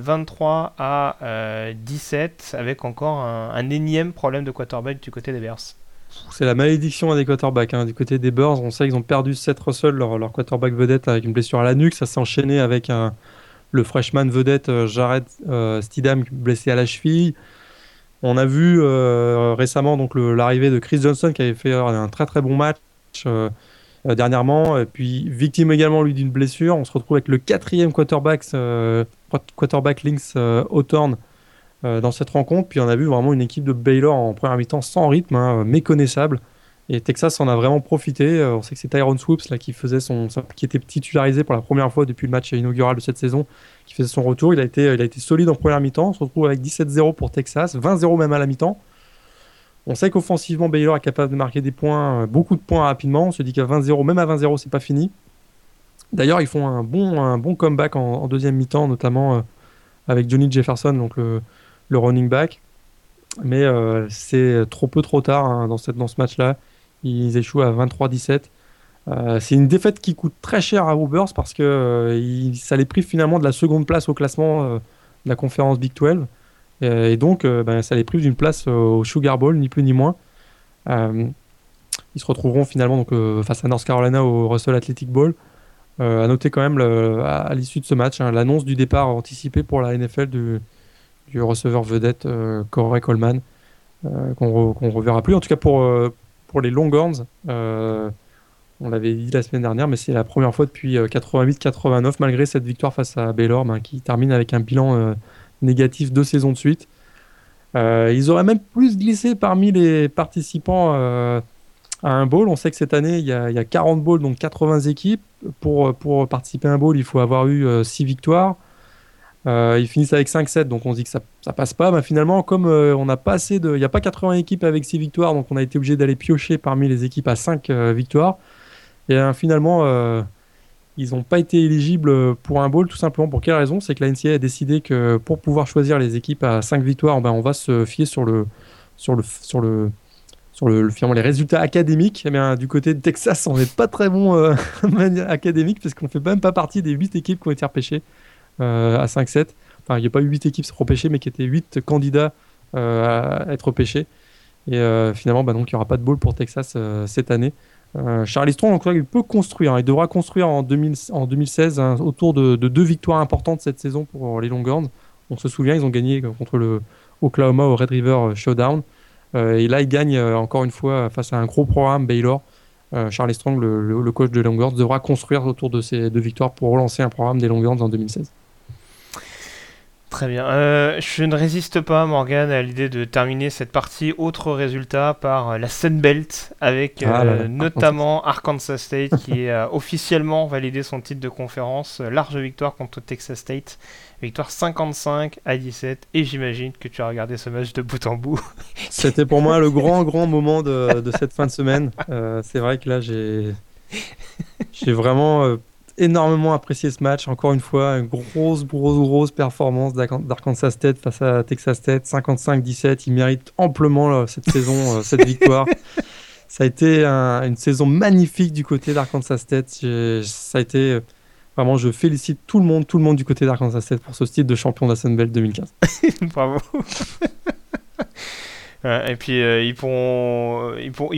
23-17, avec encore un énième problème de quarterback du côté des Bears. C'est la malédiction des quarterbacks, hein. Du côté des Bears, on sait qu'ils ont perdu Seth Russell, leur quarterback vedette, avec une blessure à la nuque. Ça s'est enchaîné avec le freshman vedette Jared Stidham blessé à la cheville. On a vu récemment donc l'arrivée de Chris Johnson qui avait fait un très très bon match dernièrement, et puis victime également lui d'une blessure. On se retrouve avec le 4e quarterback Lynx Hawthorne dans cette rencontre. Puis on a vu vraiment une équipe de Baylor en première mi-temps sans rythme, hein, méconnaissable. Et Texas en a vraiment profité. On sait que c'est Tyron Swoops là, qui était titularisé pour la première fois depuis le match inaugural de cette saison, qui faisait son retour. Il a été solide en première mi-temps. On se retrouve avec 17-0 pour Texas, 20-0 même à la mi-temps. On sait qu'offensivement, Baylor est capable de marquer des points, beaucoup de points rapidement. On se dit qu'à 20-0, même à 20-0, c'est pas fini. D'ailleurs, ils font un bon comeback en deuxième mi-temps, notamment avec Johnny Jefferson, donc le running back. Mais c'est trop peu trop tard, hein, dans ce match-là. Ils échouent à 23-17. C'est une défaite qui coûte très cher à Hoovers parce que ça les prive finalement de la seconde place au classement de la conférence Big 12. Et donc, ça les prive d'une place au Sugar Bowl, ni plus ni moins. Ils se retrouveront finalement donc, face à North Carolina au Russell Athletic Bowl. À noter quand même à l'issue de ce match, hein, l'annonce du départ anticipé pour la NFL du receveur vedette Corey Coleman, qu'on reverra plus. En tout cas pour les Longhorns, on l'avait dit la semaine dernière, mais c'est la première fois depuis 88-89, malgré cette victoire face à Baylor, qui termine avec un bilan négatif 2 saisons de suite. Ils auraient même plus glissé parmi les participants à un bowl. On sait que cette année, il y a 40 bowls, donc 80 équipes. Pour participer à un bowl, il faut avoir eu 6 victoires. Ils finissent avec 5-7, donc on se dit que ça passe pas. Finalement, comme on n'a pas il n'y a pas 80 équipes avec 6 victoires, donc on a été obligé d'aller piocher parmi les équipes à 5 victoires. Et finalement, ils n'ont pas été éligibles pour un bowl, tout simplement. Pour quelle raison? C'est que la NCAA a décidé que pour pouvoir choisir les équipes à 5 victoires, on va se fier sur finalement, les résultats académiques. Du côté de Texas, on n'est pas très bon académique, parce qu'on ne fait même pas partie des 8 équipes qui ont été repêchées à 5-7. Enfin, il n'y a pas eu 8 équipes repêchées, mais qui étaient 8 candidats à être repêchés. Et finalement, donc, il n'y aura pas de bowl pour Texas cette année. Charlie Strong, il peut construire. Il devra construire en 2016 autour de 2 victoires importantes cette saison pour les Longhorns. On se souvient, ils ont gagné contre le Oklahoma au Red River Showdown. Et là, ils gagnent encore une fois face à un gros programme Baylor. Charlie Strong, le coach de Longhorns, devra construire autour de ces 2 victoires pour relancer un programme des Longhorns en 2016. Très bien. Je ne résiste pas, Morgan, à l'idée de terminer cette partie autre résultat par la Sun Belt, avec notamment Arkansas State qui a officiellement validé son titre de conférence. Large victoire contre Texas State. Victoire 55-17. Et j'imagine que tu as regardé ce match de bout en bout. C'était pour moi le grand moment de cette fin de semaine. C'est vrai que là, j'ai vraiment énormément apprécié ce match. Encore une fois, une grosse performance d'Arkansas State face à Texas State, 55-17. Ils méritent amplement cette saison, cette victoire. Ça a été une saison magnifique du côté d'Arkansas State. Ça a été vraiment, je félicite tout le monde du côté d'Arkansas State pour ce titre de champion de la Sun Belt 2015. Bravo. Et puis ils pourront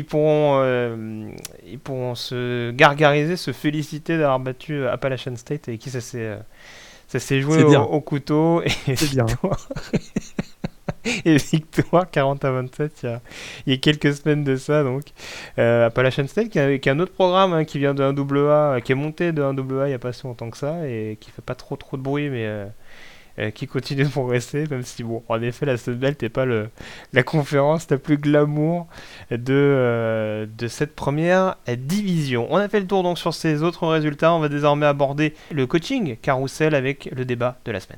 se gargariser, se féliciter d'avoir battu Appalachian State, et qui ça s'est joué au couteau. Et c'est bien. et victoire 40-27 il y a quelques semaines de ça. Donc Appalachian State qui a un autre programme hein, qui vient de 1AA, qui est monté de 1AA il n'y a pas si longtemps que ça et qui fait pas trop de bruit mais qui continue de progresser, même si bon, en effet la Sun Belt n'est pas la conférence la plus glamour de cette première division. On a fait le tour donc sur ces autres résultats, on va désormais aborder le coaching carousel avec le débat de la semaine.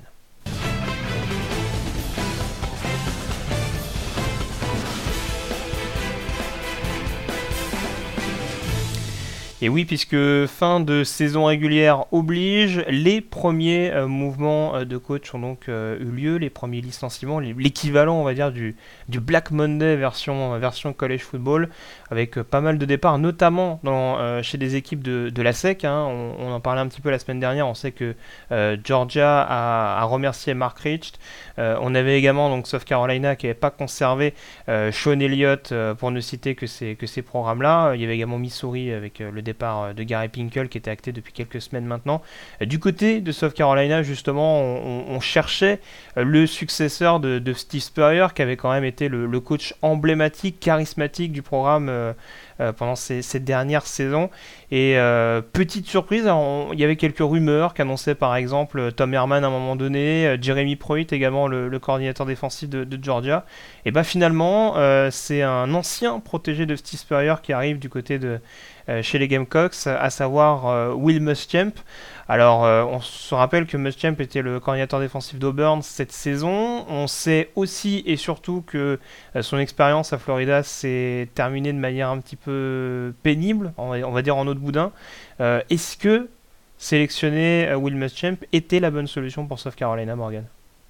Et oui, puisque fin de saison régulière oblige, les premiers mouvements de coach ont donc eu lieu, les premiers licenciements, l'équivalent on va dire du Black Monday version college football, avec pas mal de départs, notamment chez des équipes de la SEC. Hein. On en parlait un petit peu la semaine dernière, on sait que Georgia a remercié Mark Richt. On avait également donc South Carolina qui n'avait pas conservé Sean Elliott, pour ne citer que ces programmes-là. Il y avait également Missouri avec le départ de Gary Pinkel qui était acté depuis quelques semaines maintenant. Du côté de South Carolina, justement, on cherchait le successeur de Steve Spurrier, qui avait quand même été le coach emblématique, charismatique du programme pendant ces dernières saisons. Et petite surprise, il y avait quelques rumeurs qu'annonçait par exemple Tom Herman à un moment donné, Jeremy Pruitt également, le coordinateur défensif de Georgia. Et bah finalement, c'est un ancien protégé de Steve Spurrier qui arrive du côté de chez les Gamecocks, à savoir Will Muschamp. Alors, on se rappelle que Muschamp était le coordinateur défensif d'Auburn cette saison. On sait aussi et surtout que son expérience à Florida s'est terminée de manière un petit peu pénible, on va dire en eau de boudin. Est-ce que sélectionner Will Muschamp était la bonne solution pour South Carolina, Morgan?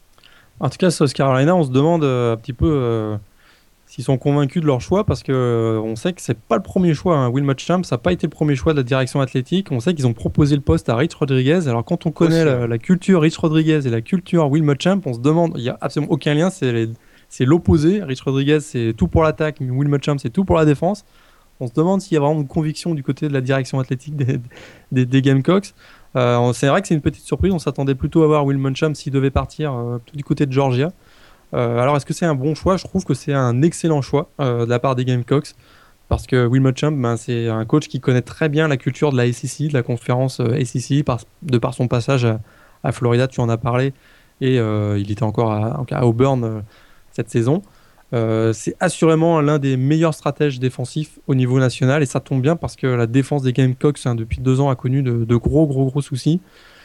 En tout cas, South Carolina, on se demande un petit peu s'ils sont convaincus de leur choix, parce que on sait que c'est pas le premier choix. Hein. Will Muschamp, ça n'a pas été le premier choix de la direction athlétique. On sait qu'ils ont proposé le poste à Rich Rodriguez. Alors quand on connaît la culture Rich Rodriguez et la culture Will Muschamp, on se demande, il n'y a absolument aucun lien, c'est l'opposé. Rich Rodriguez, c'est tout pour l'attaque, mais Will Muschamp, c'est tout pour la défense. On se demande s'il y a vraiment une conviction du côté de la direction athlétique des Gamecocks. C'est vrai que c'est une petite surprise. On s'attendait plutôt à voir Will Muschamp s'il devait partir du côté de Georgia. Alors est-ce que c'est un bon choix? Je trouve que c'est un excellent choix de la part des Gamecocks, parce que Will Muschamp, c'est un coach qui connaît très bien la culture de la SEC, de la conférence SEC, de par son passage à Florida, tu en as parlé, et il était encore à Auburn cette saison. C'est assurément l'un des meilleurs stratèges défensifs au niveau national, et ça tombe bien parce que la défense des Gamecocks depuis 2 ans a connu de gros soucis.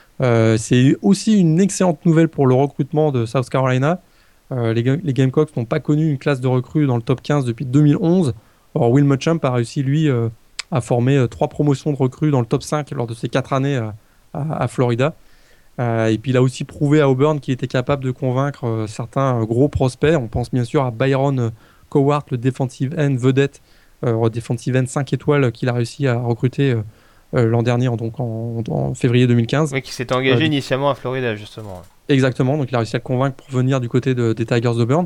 C'est aussi une excellente nouvelle pour le recrutement de South Carolina. Les Gamecocks n'ont pas connu une classe de recrues dans le top 15 depuis 2011. Or, Will Muschamp a réussi, lui, à former 3 promotions de recrues dans le top 5 lors de ses 4 années à Florida. Et puis, il a aussi prouvé à Auburn qu'il était capable de convaincre certains gros prospects. On pense bien sûr à Byron Cowart, le defensive end vedette, defensive end 5 étoiles qu'il a réussi à recruter l'an dernier, en février 2015. Oui, qui s'était engagé initialement à Florida, justement. Exactement, donc il a réussi à le convaincre pour venir du côté des Tigers d'Auburn.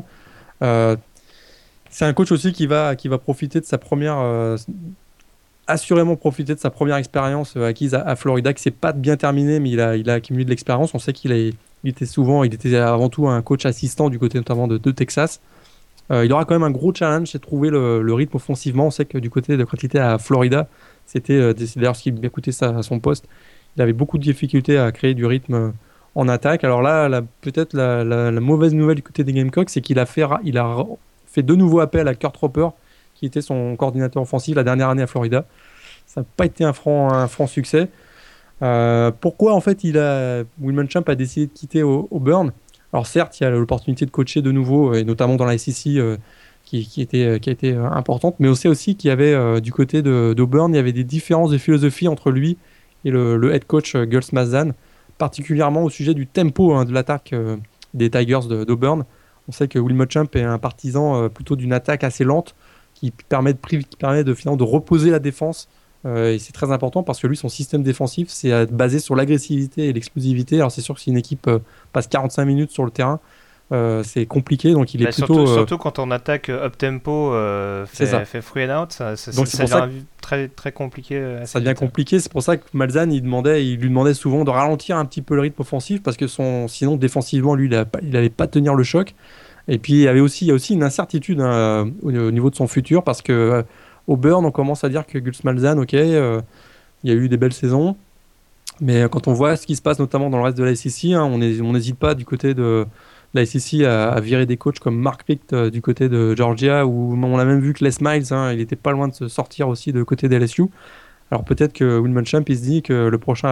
C'est un coach aussi qui va profiter de sa première, assurément profiter de sa première expérience acquise à Florida, qui s'est pas bien terminée, mais il a accumulé de l'expérience. On sait qu'il était avant tout un coach assistant du côté notamment de Texas. Il aura quand même un gros challenge, c'est de trouver le rythme offensivement. On sait que du côté de quand il était à Florida, c'est d'ailleurs ce qui lui a coûté ça à son poste. Il avait beaucoup de difficultés à créer du rythme en attaque. Alors là, peut-être la mauvaise nouvelle du côté des Gamecocks, c'est qu'il a fait de nouveau appel à Kurt Roper, qui était son coordinateur offensif la dernière année à Florida. Ça n'a pas été un franc succès. Pourquoi en fait Will Muschamp a décidé de quitter Auburn? Alors certes, il y a l'opportunité de coacher de nouveau, et notamment dans la SEC qui a été importante, mais on sait aussi qu'il y avait du côté d'Auburn, il y avait des différences de philosophie entre lui et le head coach Gus Malzahn, particulièrement au sujet du tempo de l'attaque des Tigers d'Auburn. On sait que Will Muschamp est un partisan plutôt d'une attaque assez lente qui permet finalement de reposer la défense. Et c'est très important parce que lui, son système défensif, c'est basé sur l'agressivité et l'explosivité. Alors c'est sûr que si une équipe passe 45 minutes sur le terrain, c'est compliqué, donc il est plutôt... Surtout quand on attaque up-tempo, fait free and out, ça devient très, très compliqué. Ça devient compliqué, c'est pour ça que Malzahn, il lui demandait souvent de ralentir un petit peu le rythme offensif, parce que sinon, défensivement, lui, il n'allait pas tenir le choc. Et puis il y a aussi une incertitude au niveau de son futur parce que Auburn, on commence à dire que Gus Malzahn, ok, il y a eu des belles saisons, mais quand on voit ce qui se passe notamment dans le reste de la SEC, hein, on n'hésite pas du côté de la SEC à virer des coachs comme Mark Richt du côté de Georgia, où on a même vu que Les Miles, hein, il était pas loin de se sortir aussi de côté des LSU. Alors peut-être que Will Muschamp, il se dit que le prochain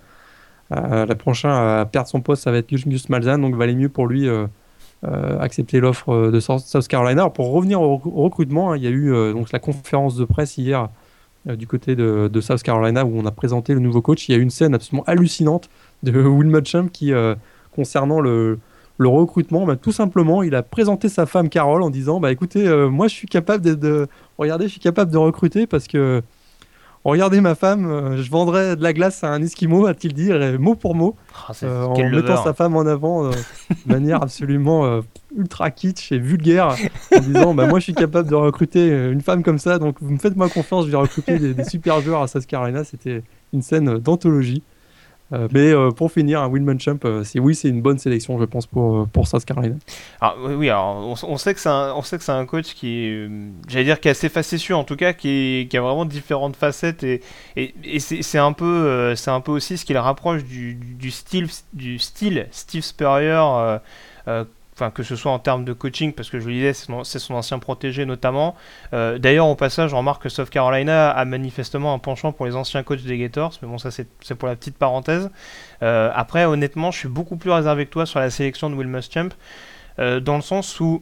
à perdre son poste, ça va être Gus Malzahn, donc valait mieux pour lui accepter l'offre de South Carolina. Alors, pour revenir au recrutement, hein, il y a eu donc la conférence de presse hier du côté de South Carolina où on a présenté le nouveau coach. Il y a eu une scène absolument hallucinante de Will Muschamp qui, concernant le recrutement, bah, tout simplement, il a présenté sa femme Carole en disant bah, écoutez, moi je suis capable regardez, je suis capable de recruter parce que regardez ma femme, je vendrais de la glace à un Esquimau, a-t-il dit, mot pour mot, en mettant sa femme en avant de manière absolument ultra kitsch et vulgaire, en disant bah, moi je suis capable de recruter une femme comme ça, donc vous me faites moi confiance, je vais recruter des super joueurs à South Carolina. C'était une scène d'anthologie. Mais pour finir, Will Muschamp, c'est une bonne sélection, je pense, pour South Carolina. Alors, oui, alors on sait que c'est un coach qui est, j'allais dire, qui est assez facétieux, en tout cas, qui a vraiment différentes facettes et c'est un peu aussi ce qui le rapproche du style Steve Spurrier. Enfin, que ce soit en termes de coaching, parce que je le disais, c'est son ancien protégé notamment. D'ailleurs, au passage, on remarque que South Carolina a manifestement un penchant pour les anciens coachs des Gators, mais bon, ça c'est pour la petite parenthèse. Après, honnêtement, je suis beaucoup plus réservé que toi sur la sélection de Will Muschamp, dans le sens où,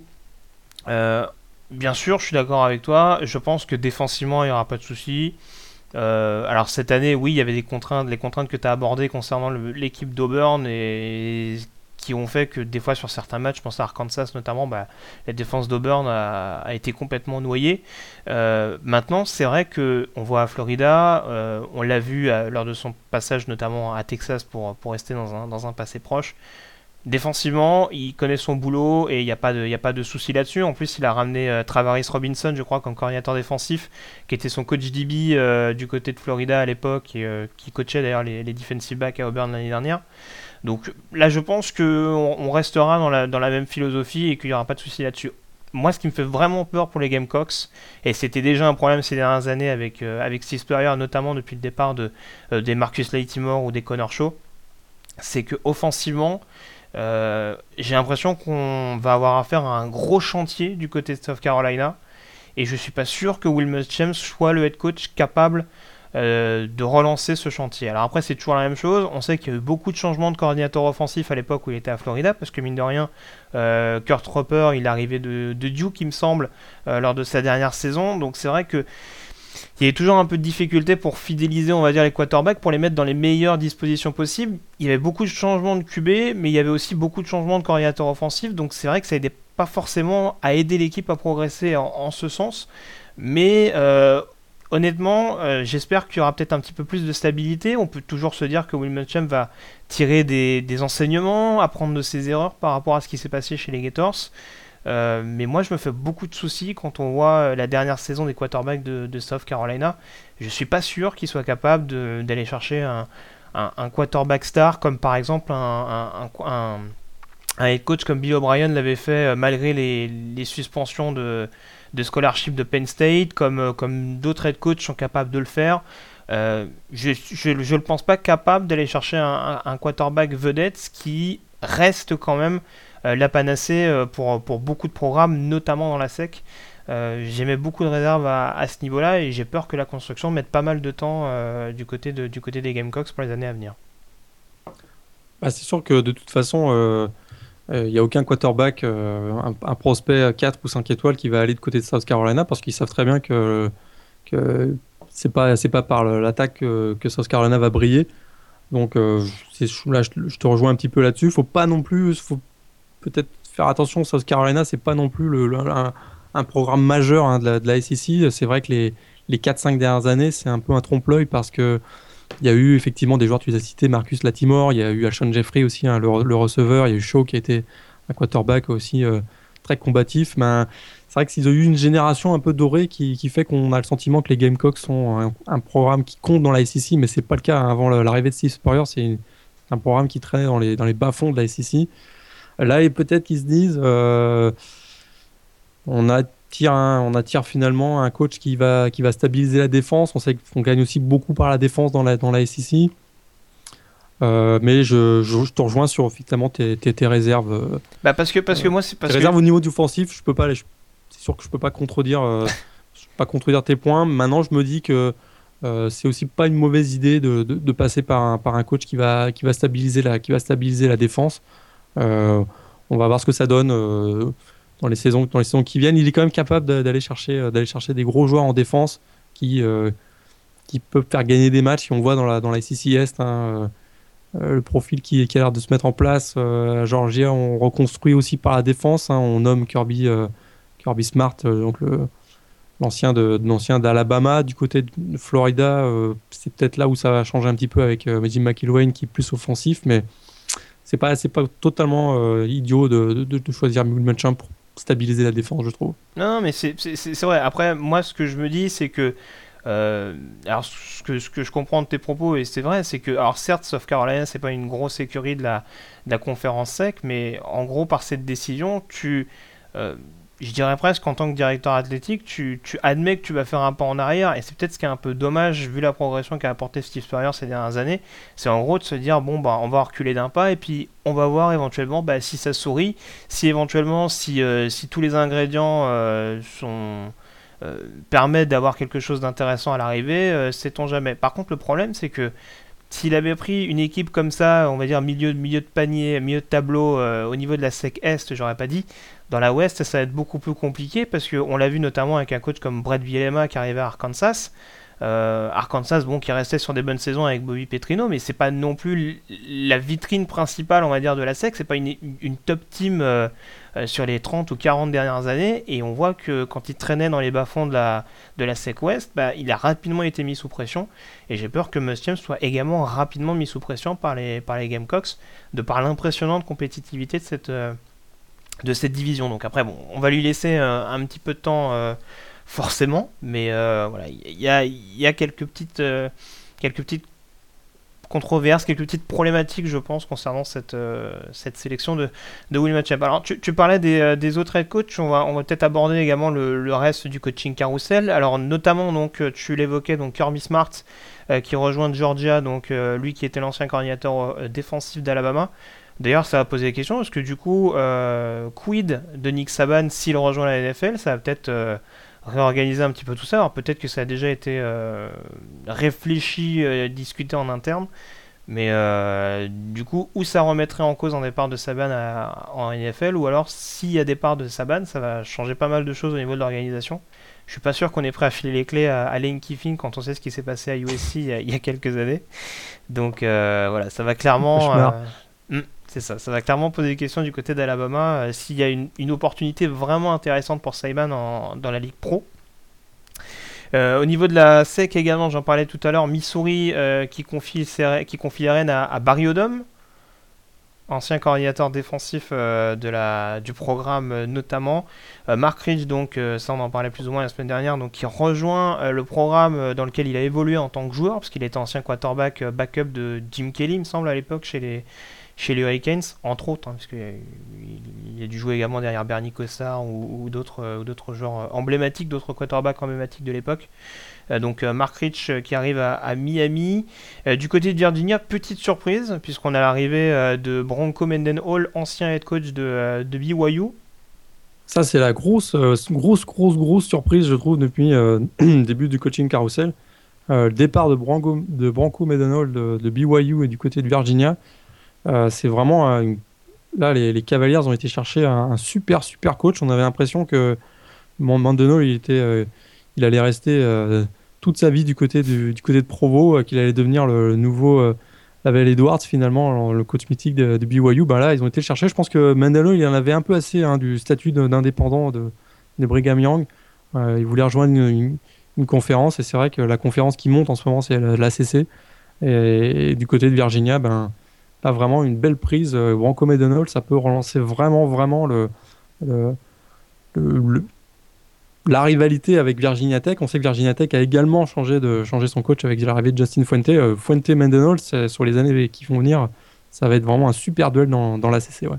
bien sûr, je suis d'accord avec toi, je pense que défensivement, il n'y aura pas de souci. Alors cette année, oui, il y avait les contraintes que tu as abordées concernant l'équipe d'Auburn et qui ont fait que des fois sur certains matchs, je pense à Arkansas notamment, bah, la défense d'Auburn a été complètement noyée. Maintenant, c'est vrai qu'on voit à Florida, on l'a vu lors de son passage notamment à Texas pour rester dans un passé proche. Défensivement, il connaît son boulot et il n'y a pas de souci là-dessus. En plus, il a ramené Travaris Robinson, je crois, comme coordinateur défensif, qui était son coach DB du côté de Florida à l'époque et qui coachait d'ailleurs les defensive backs à Auburn l'année dernière. Donc là, je pense qu'on restera dans la même philosophie et qu'il n'y aura pas de souci là-dessus. Moi, ce qui me fait vraiment peur pour les Gamecocks, et c'était déjà un problème ces dernières années avec Steve Spurrier, notamment depuis le départ des Marcus Latimore ou des Connor Shaw, c'est qu'offensivement, j'ai l'impression qu'on va avoir affaire à un gros chantier du côté de South Carolina, et je ne suis pas sûr que Will Muschamp soit le head coach capable de relancer ce chantier. Alors après, c'est toujours la même chose. On sait qu'il y a eu beaucoup de changements de coordinateur offensif à l'époque où il était à Florida, parce que mine de rien, Kurt Roper, il est arrivé de Duke, il me semble, lors de sa dernière saison. Donc c'est vrai que il y avait toujours un peu de difficulté pour fidéliser, on va dire, les quarterbacks, pour les mettre dans les meilleures dispositions possibles. Il y avait beaucoup de changements de QB, mais il y avait aussi beaucoup de changements de coordinateur offensif. Donc c'est vrai que ça n'aidait pas forcément à aider l'équipe à progresser en ce sens. Mais honnêtement, j'espère qu'il y aura peut-être un petit peu plus de stabilité. On peut toujours se dire que Will Muschamp va tirer des enseignements, apprendre de ses erreurs par rapport à ce qui s'est passé chez les Gators. Mais moi, je me fais beaucoup de soucis quand on voit la dernière saison des quarterbacks de South Carolina. Je suis pas sûr qu'ils soient capables d'aller chercher un quarterback star, comme par exemple un head coach comme Bill O'Brien l'avait fait malgré les suspensions de scholarship de Penn State, comme d'autres head coachs sont capables de le faire. Je ne le pense pas capable d'aller chercher un quarterback vedette, ce qui reste quand même la panacée pour beaucoup de programmes, notamment dans la SEC. J'émets beaucoup de réserves à ce niveau-là et j'ai peur que la construction mette pas mal de temps du côté des Gamecocks pour les années à venir. Bah, c'est sûr que de toute façon, il n'y a aucun quarterback, un prospect 4 ou 5 étoiles qui va aller de côté de South Carolina parce qu'ils savent très bien que c'est pas par l'attaque que South Carolina va briller. Donc là, je te rejoins un petit peu là-dessus. Faut peut-être faire attention. South Carolina, c'est pas non plus un programme majeur hein, de la SEC. C'est vrai que les 4-5 dernières années, c'est un peu un trompe-l'œil parce que il y a eu effectivement des joueurs, tu les as cités, Marcus Latimore, il y a eu Alshon Jeffrey aussi, hein, le receveur, il y a eu Shaw qui a été un quarterback aussi très combatif. Mais c'est vrai qu'ils ont eu une génération un peu dorée qui fait qu'on a le sentiment que les Gamecocks sont un programme qui compte dans la SEC, mais c'est pas le cas. Avant l'arrivée de Steve Spurrier, c'est un programme qui traînait dans les bas-fonds de la SEC. Là, et peut-être qu'ils se disent, on attire finalement un coach qui va stabiliser la défense. On sait qu'on gagne aussi beaucoup par la défense dans la SEC. Mais je te rejoins sur effectivement tes réserves. Parce que moi c'est parce tes réserves au niveau du offensif, c'est sûr que je peux pas contredire tes points. Maintenant, je me dis que c'est aussi pas une mauvaise idée de passer par un coach qui va stabiliser la défense. On va voir ce que ça donne dans les saisons qui viennent. Il est quand même capable d'aller chercher des gros joueurs en défense qui peuvent faire gagner des matchs. Si on voit dans la SEC Est, le profil qui a l'air de se mettre en place à Georgia, on reconstruit aussi par la défense. On nomme Kirby Smart, donc l'ancien d'Alabama. Du côté de Florida, c'est peut-être là où ça va changer un petit peu avec Jim McIlwain qui est plus offensif, mais c'est pas totalement idiot de choisir Will Muschamp pour stabiliser la défense, je trouve. Non, mais c'est vrai. Après, moi, ce que je me dis, c'est que alors ce que je comprends de tes propos, et c'est vrai, c'est que, alors certes, South Carolina, c'est pas une grosse écurie de la conférence SEC, mais en gros, par cette décision, je dirais presque en tant que directeur athlétique, tu admets que tu vas faire un pas en arrière, et c'est peut-être ce qui est un peu dommage vu la progression qu'a apporté Steve Spurrier ces dernières années. C'est en gros de se dire, bon, on va reculer d'un pas, et puis on va voir éventuellement si ça sourit, si éventuellement, si tous les ingrédients permettent d'avoir quelque chose d'intéressant à l'arrivée, sait-on jamais. Par contre, le problème, c'est que s'il avait pris une équipe comme ça, on va dire milieu de panier, milieu de tableau, au niveau de la SEC Est, j'aurais pas dit, dans la Ouest, ça va être beaucoup plus compliqué parce qu'on l'a vu notamment avec un coach comme Brett Bielema qui arrivait à Arkansas. Arkansas, qui restait sur des bonnes saisons avec Bobby Petrino, mais c'est pas non plus la vitrine principale, on va dire, de la SEC. C'est pas une top team sur les 30 ou 40 dernières années, et on voit que quand il traînait dans les bas-fonds de la SEC Ouest, il a rapidement été mis sous pression, et j'ai peur que Muschamp soit également rapidement mis sous pression par les Gamecocks, de par l'impressionnante compétitivité de cette division. Donc après, on va lui laisser un petit peu de temps forcément, mais voilà, il y a quelques petites controverses, quelques petites problématiques, je pense, concernant cette sélection de Will Muschamp. Alors, tu parlais des autres head coachs, on va peut-être aborder également le reste du coaching carousel. Alors, notamment, donc, tu l'évoquais, donc Kirby Smart, qui rejoint Georgia, donc lui qui était l'ancien coordinateur défensif d'Alabama. D'ailleurs, ça va poser des questions, parce que du coup, quid de Nick Saban s'il rejoint la NFL? Ça va peut-être réorganiser un petit peu tout ça. Alors peut-être que ça a déjà été réfléchi, discuté en interne, mais du coup, où ça remettrait en cause un départ de Saban en NFL, ou alors s'il y a départ de Saban, ça va changer pas mal de choses au niveau de l'organisation. Je suis pas sûr qu'on est prêt à filer les clés à Lane Kiffin quand on sait ce qui s'est passé à USC il y a quelques années. Donc voilà, ça va clairement... c'est ça va clairement poser des questions du côté d'Alabama, s'il y a une opportunité vraiment intéressante pour Saban dans la Ligue Pro. Au niveau de la SEC également, j'en parlais tout à l'heure, Missouri qui confie les rênes à Barry Odom, ancien coordinateur défensif du programme notamment. Mark Ridge, donc ça on en parlait plus ou moins la semaine dernière, donc qui rejoint le programme dans lequel il a évolué en tant que joueur, parce qu'il était ancien quarterback backup de Jim Kelly, il me semble, à l'époque chez les Hurricanes, entre autres, parce qu'il a dû jouer également derrière Bernie Kosar ou d'autres joueurs emblématiques, d'autres quarterbacks emblématiques de l'époque. Donc Mark Rich qui arrive à Miami. Du côté de Virginia, petite surprise, puisqu'on a l'arrivée de Bronco Mendenhall, ancien head coach de BYU. Ça, c'est la grosse surprise, je trouve, depuis le début du coaching carousel. Le départ de Bronco Mendenhall de BYU et du côté de Virginia. C'est vraiment là les Cavaliers ont été chercher un super coach. On avait l'impression que Mendenhall il allait rester toute sa vie du côté de Provo, qu'il allait devenir le nouveau Lavelle Edwards, finalement, le coach mythique de BYU. Là ils ont été le chercher. Je pense que Mendenhall il en avait un peu assez du statut d'indépendant de Brigham Young. Il voulait rejoindre une conférence, et c'est vrai que la conférence qui monte en ce moment c'est l'ACC, et du côté de Virginia là, vraiment une belle prise. Bronco Mendenhall, ça peut relancer vraiment la rivalité avec Virginia Tech. On sait que Virginia Tech a également changé son coach avec l'arrivée de Justin Fuente. Fuente Mendenhall, sur les années qui vont venir, ça va être vraiment un super duel dans l'ACC. Ouais.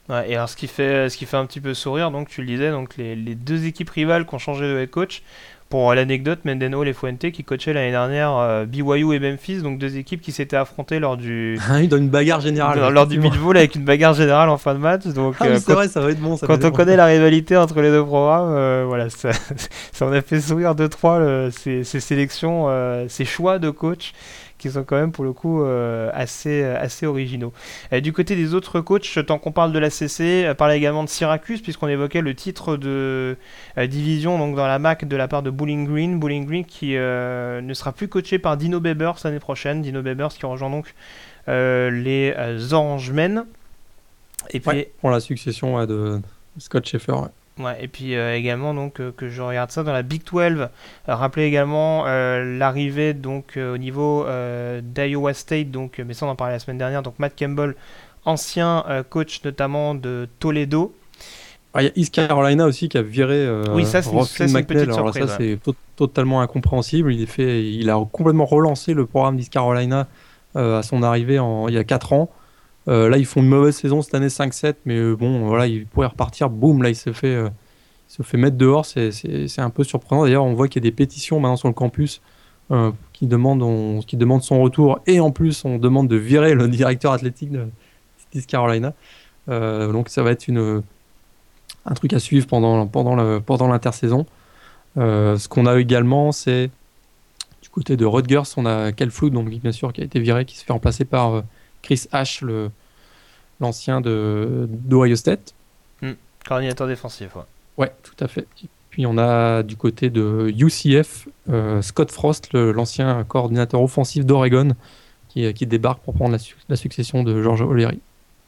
Ouais, et alors ce qui fait un petit peu sourire, donc tu le disais, donc les deux équipes rivales qui ont changé de head coach. Pour l'anecdote, Mendenhall et Fuente qui coachaient l'année dernière BYU et Memphis, donc deux équipes qui s'étaient affrontées lors du Dans une bagarre générale. lors du beach ball avec une bagarre générale en fin de match. Donc c'est vrai, ça va être bon. quand on connaît la rivalité entre les deux programmes, voilà, ça en a fait sourire 2-3 ces sélections, ces choix de coach qui sont quand même pour le coup assez originaux. Du côté des autres coachs, tant qu'on parle de la CC, parler également de Syracuse, puisqu'on évoquait le titre de division donc dans la MAC de la part de Bowling Green qui ne sera plus coaché par Dino Babers l'année prochaine. Dino Babers qui rejoint donc les Orangemen. Et puis, pour la succession de Scott Schaefer. Ouais, et puis également donc que je regarde ça dans la Big 12. Rappelez également l'arrivée donc au niveau d'Iowa State, donc mais ça on en parlait la semaine dernière. Donc Matt Campbell, ancien coach notamment de Toledo. Il y a East Carolina aussi qui a viré oui, ça c'est une petite surprise. Ça c'est totalement incompréhensible. Il a complètement relancé le programme d'East Carolina à son arrivée il y a 4 ans. Là, ils font une mauvaise saison cette année, 5-7, mais bon, voilà, il pourrait repartir. Boum, là, il se fait mettre dehors. C'est un peu surprenant. D'ailleurs, on voit qu'il y a des pétitions maintenant sur le campus qui demandent son retour. Et en plus, on demande de virer le directeur athlétique de East Carolina. Donc, ça va être un truc à suivre pendant l'intersaison. Ce qu'on a également, c'est du côté de Rutgers, on a Cal Flood, donc bien sûr, qui a été viré, qui se fait remplacer par Chris Ash, l'ancien d'Ohio State. Coordinateur défensif, ouais. Ouais, tout à fait. Et puis on a du côté de UCF, Scott Frost, l'ancien coordinateur offensif d'Oregon, qui débarque pour prendre la succession de George O'Leary.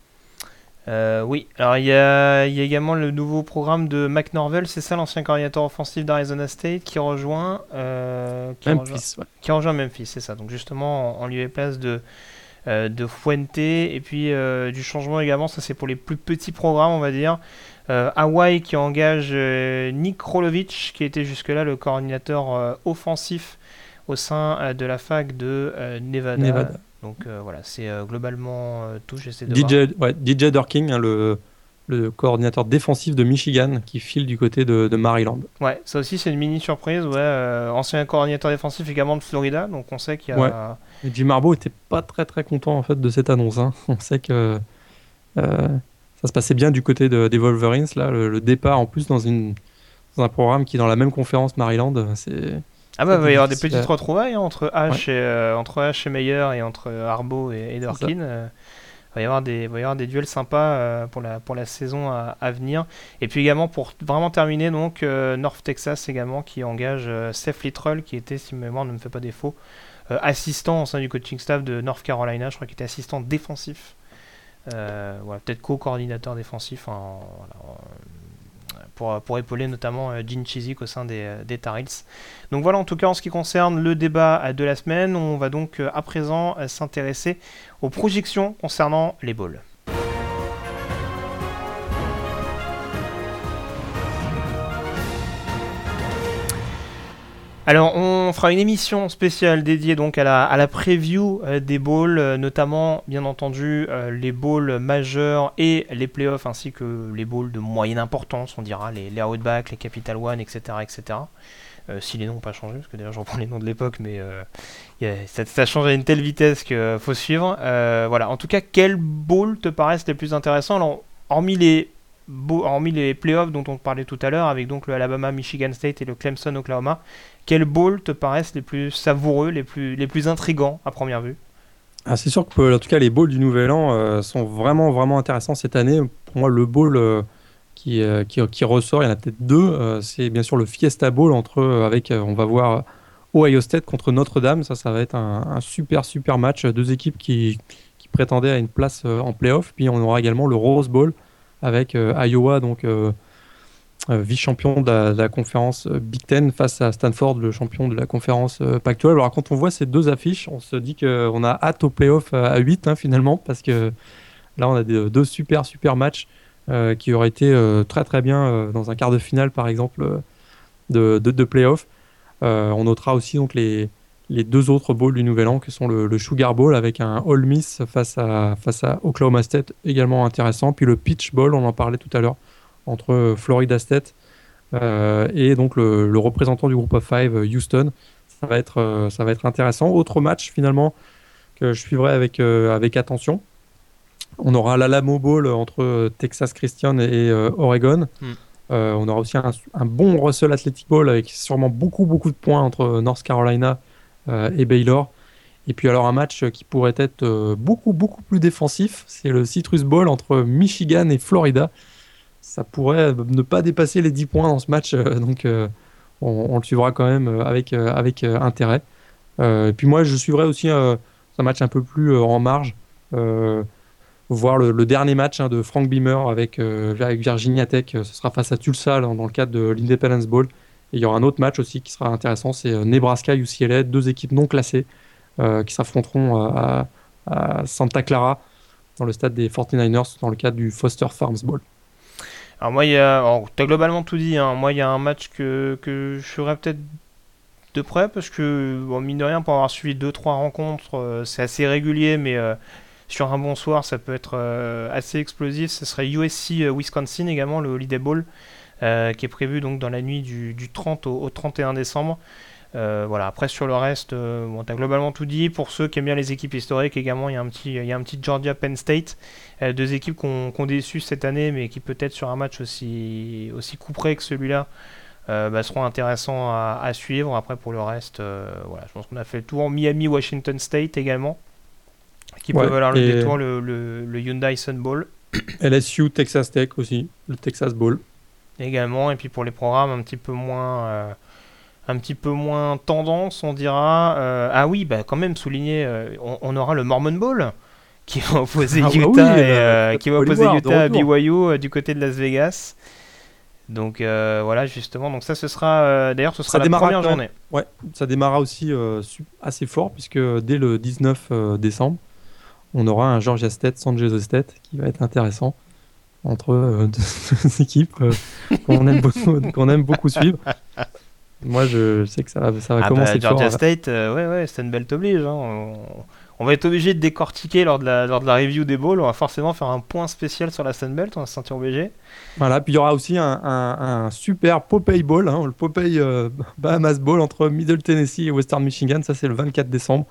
Oui, alors il y a également le nouveau programme de McNorvell, c'est ça l'ancien coordinateur offensif d'Arizona State qui rejoint Memphis, c'est ça. Donc justement en lieu et place de Fuente, et puis du changement également, ça c'est pour les plus petits programmes on va dire. Hawaii qui engage Nick Rolovich qui était jusque-là le coordinateur offensif au sein de la fac de Nevada. Donc voilà, c'est globalement tout. J'essaie de DJ Durkin, le coordinateur défensif de Michigan qui file du côté de Maryland. Ouais, ça aussi c'est une mini surprise. Ancien coordinateur défensif également de Florida, donc on sait qu'il y a... Ouais. Et Jim Harbaugh était pas très très content en fait de cette annonce. On sait que ça se passait bien du côté des Wolverines. Là, le départ en plus dans un programme qui est dans la même conférence Maryland, c'est... Ah bah il va y avoir des petites retrouvailles entre H et Meyer et entre Harbaugh et Durkin. Il va y avoir des duels sympas pour la saison à venir. Et puis également pour vraiment terminer donc North Texas également qui engage Seth Littrell qui était, si ma mémoire ne me fait pas défaut, assistant au sein du coaching staff de North Carolina. Je crois qu'il était assistant défensif. Peut-être co-coordinateur défensif. Pour épauler notamment Gene Chizik au sein des Tar Heels. Donc voilà en tout cas en ce qui concerne le débat de la semaine. On va donc à présent s'intéresser aux projections concernant les bowls. Alors on fera une émission spéciale dédiée donc à la preview des bowls, notamment bien entendu les bowls majeurs et les playoffs ainsi que les bowls de moyenne importance, on dira les Outback, les Capital One, etc. Si les noms n'ont pas changé, parce que d'ailleurs je reprends les noms de l'époque, mais ça change à une telle vitesse qu'il faut suivre. Voilà. En tout cas, quels bowls te paraissent les plus intéressants? Alors, hormis les playoffs dont on parlait tout à l'heure, avec donc le Alabama, Michigan State et le Clemson, Oklahoma, quels bowls te paraissent les plus savoureux, les plus intrigants à première vue? C'est sûr que en tout cas les bowls du Nouvel An sont vraiment vraiment intéressants cette année. Pour moi, le bowl qui ressort, il y en a peut-être deux. C'est bien sûr le Fiesta Bowl on va voir Ohio State contre Notre-Dame. Ça va être un super match. Deux équipes qui prétendaient à une place en playoff. Puis on aura également le Rose Bowl avec Iowa, donc vice-champion de la conférence Big Ten face à Stanford, le champion de la conférence Pac-12. Alors quand on voit ces deux affiches, on se dit qu'on a hâte au playoff à 8 finalement, parce que là on a deux super matchs qui auraient été très très bien dans un quart de finale par exemple de playoff. On notera aussi donc les les 2 autres bowls du Nouvel An, qui sont le Sugar Bowl avec un Ole Miss face à Oklahoma State, également intéressant. Puis le Peach Bowl, on en parlait tout à l'heure, entre Florida State et donc le représentant du groupe of 5, Houston. Ça va être intéressant. Autre match finalement que je suivrai avec attention. On aura l'Alamo Bowl entre Texas Christian et Oregon. On aura aussi un bon Russell Athletic Bowl avec sûrement beaucoup de points entre North Carolina et Baylor. Et puis alors un match qui pourrait être beaucoup plus défensif, c'est le Citrus Bowl entre Michigan et Florida. Ça pourrait ne pas dépasser les 10 points dans ce match, donc on le suivra quand même avec intérêt. Et puis moi je suivrai aussi un match un peu plus en marge, voir le dernier match de Frank Beamer avec Virginia Tech. Ce sera face à Tulsa dans le cadre de l'Independence Bowl. Et il y aura un autre match aussi qui sera intéressant, c'est Nebraska-UCLA, 2 équipes non classées qui s'affronteront à Santa Clara dans le stade des 49ers dans le cadre du Foster Farms Bowl. Alors moi, tu as globalement tout dit, hein. Moi, il y a un match que je ferais peut-être de près, parce que, bon, mine de rien, pour avoir suivi 2-3 rencontres, c'est assez régulier, mais sur un bon soir, ça peut être assez explosif. Ce serait USC-Wisconsin également, le Holiday Bowl, qui est prévu donc dans la nuit du 30 au 31 décembre. Voilà. Après, sur le reste, bon, tu as globalement tout dit. Pour ceux qui aiment bien les équipes historiques également, il y a un petit Georgia-Penn State, 2 équipes qu'on déçu cette année, mais qui peut-être sur un match aussi couperé que celui-là seront intéressants à suivre. Après, pour le reste, voilà, je pense qu'on a fait le tour. Miami-Washington State également, qui peut valoir le détour, le Hyundai Sun Bowl. LSU Texas Tech aussi, le Texas Bowl. Également, et puis pour les programmes un petit peu moins tendance, on dira. Ah oui, quand même souligner, on aura le Mormon Bowl qui va opposer Utah à BYU du côté de Las Vegas. Donc voilà, justement, donc ça ce sera d'ailleurs ce sera la première journée. Ouais, ça démarrera aussi assez fort, puisque dès le 19 décembre, on aura un Georgia State San Jose State qui va être intéressant entre 2 équipes qu'on aime beaucoup suivre. Moi, je sais que ça va commencer fort. Georgia State, c'est une belle oblige. Hein. On va être obligé de décortiquer lors de la review des bowls. On va forcément faire un point spécial sur la Sunbelt. On va se sentir obligé. Voilà, puis il y aura aussi un super Popeye Bowl, le Popeye Bahamas Bowl entre Middle Tennessee et Western Michigan. Ça, c'est le 24 décembre.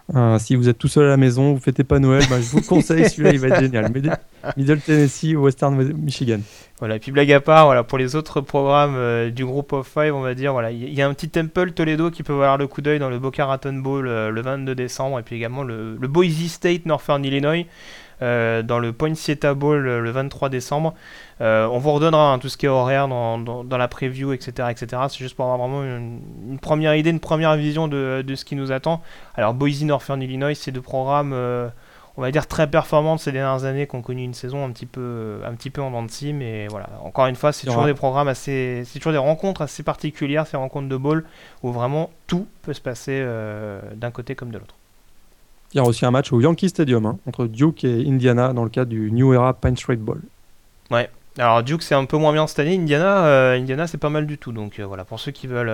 Si vous êtes tout seul à la maison, vous fêtez pas Noël, je vous conseille, celui-là il va être génial. Middle Tennessee, Western Michigan. Voilà, et puis blague à part, voilà, pour les autres programmes du groupe of 5, on va dire, voilà, il y a un petit Temple Toledo qui peut valoir le coup d'œil dans le Boca Raton Bowl le 22 décembre, et puis également le Boise State Northern Illinois dans le Poinciana Bowl le 23 décembre. On vous redonnera tout ce qui est horaire dans la preview, etc. C'est juste pour avoir vraiment une première idée, une première vision de ce qui nous attend. Alors Boise Northern Illinois, c'est 2 programmes on va dire très performantes ces dernières années, qui ont connu une saison un petit peu en dents de scie, mais voilà, encore une fois, c'est toujours des programmes c'est toujours des rencontres assez particulières, ces rencontres de bowl, où vraiment tout peut se passer d'un côté comme de l'autre. Il y aura aussi un match au Yankee Stadium entre Duke et Indiana dans le cadre du New Era Pine Street Bowl. Ouais. Alors Duke c'est un peu moins bien cette année, Indiana c'est pas mal du tout, donc voilà, pour ceux qui veulent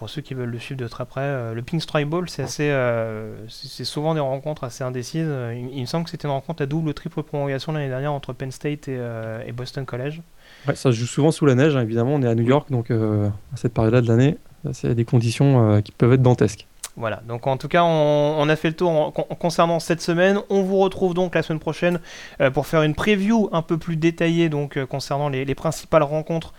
le suivre de très près, le Pinstripe Bowl c'est souvent des rencontres assez indécises. Il me semble que c'était une rencontre à double ou triple prolongation l'année dernière entre Penn State et Boston College. Ouais, ça se joue souvent sous la neige, évidemment, on est à New York, donc à cette période-là de l'année, c'est des conditions qui peuvent être dantesques. Voilà, donc en tout cas on a fait le tour concernant cette semaine. On vous retrouve donc la semaine prochaine pour faire une preview un peu plus détaillée donc concernant les principales rencontres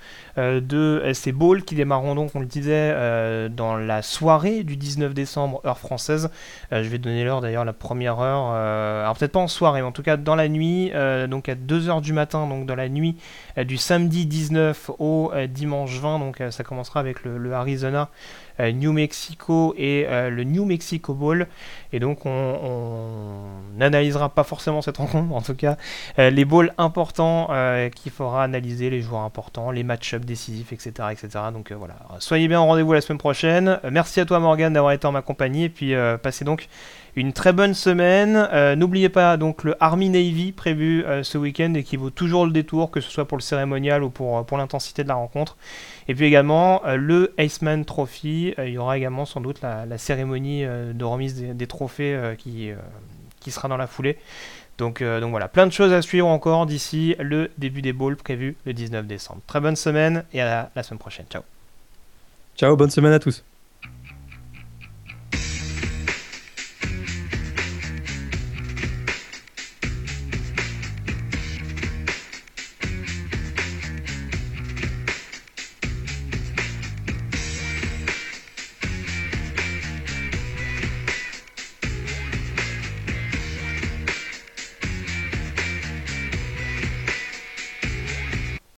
de ces bowls qui démarreront donc, on le disait, dans la soirée du 19 décembre heure française. Je vais donner l'heure d'ailleurs, la première heure, alors peut-être pas en soirée mais en tout cas dans la nuit, donc à 2h du matin, donc dans la nuit du samedi 19 au dimanche 20, donc ça commencera avec le Arizona New Mexico et le New Mexico Bowl, et donc on n'analysera pas forcément cette rencontre, en tout cas les bowls importants qu'il faudra analyser, les joueurs importants, les match-ups décisifs, etc. Donc voilà, soyez bien au rendez-vous la semaine prochaine. Merci à toi Morgane d'avoir été en ma compagnie, et puis passez donc une très bonne semaine. N'oubliez pas donc le Army Navy prévu ce week-end et qui vaut toujours le détour, que ce soit pour le cérémonial ou pour l'intensité de la rencontre. Et puis également le Iceman Trophy. Il y aura également sans doute la cérémonie de remise des trophées qui sera dans la foulée. Donc voilà, plein de choses à suivre encore d'ici le début des bowls prévu le 19 décembre. Très bonne semaine et à la semaine prochaine. Ciao. Ciao, bonne semaine à tous.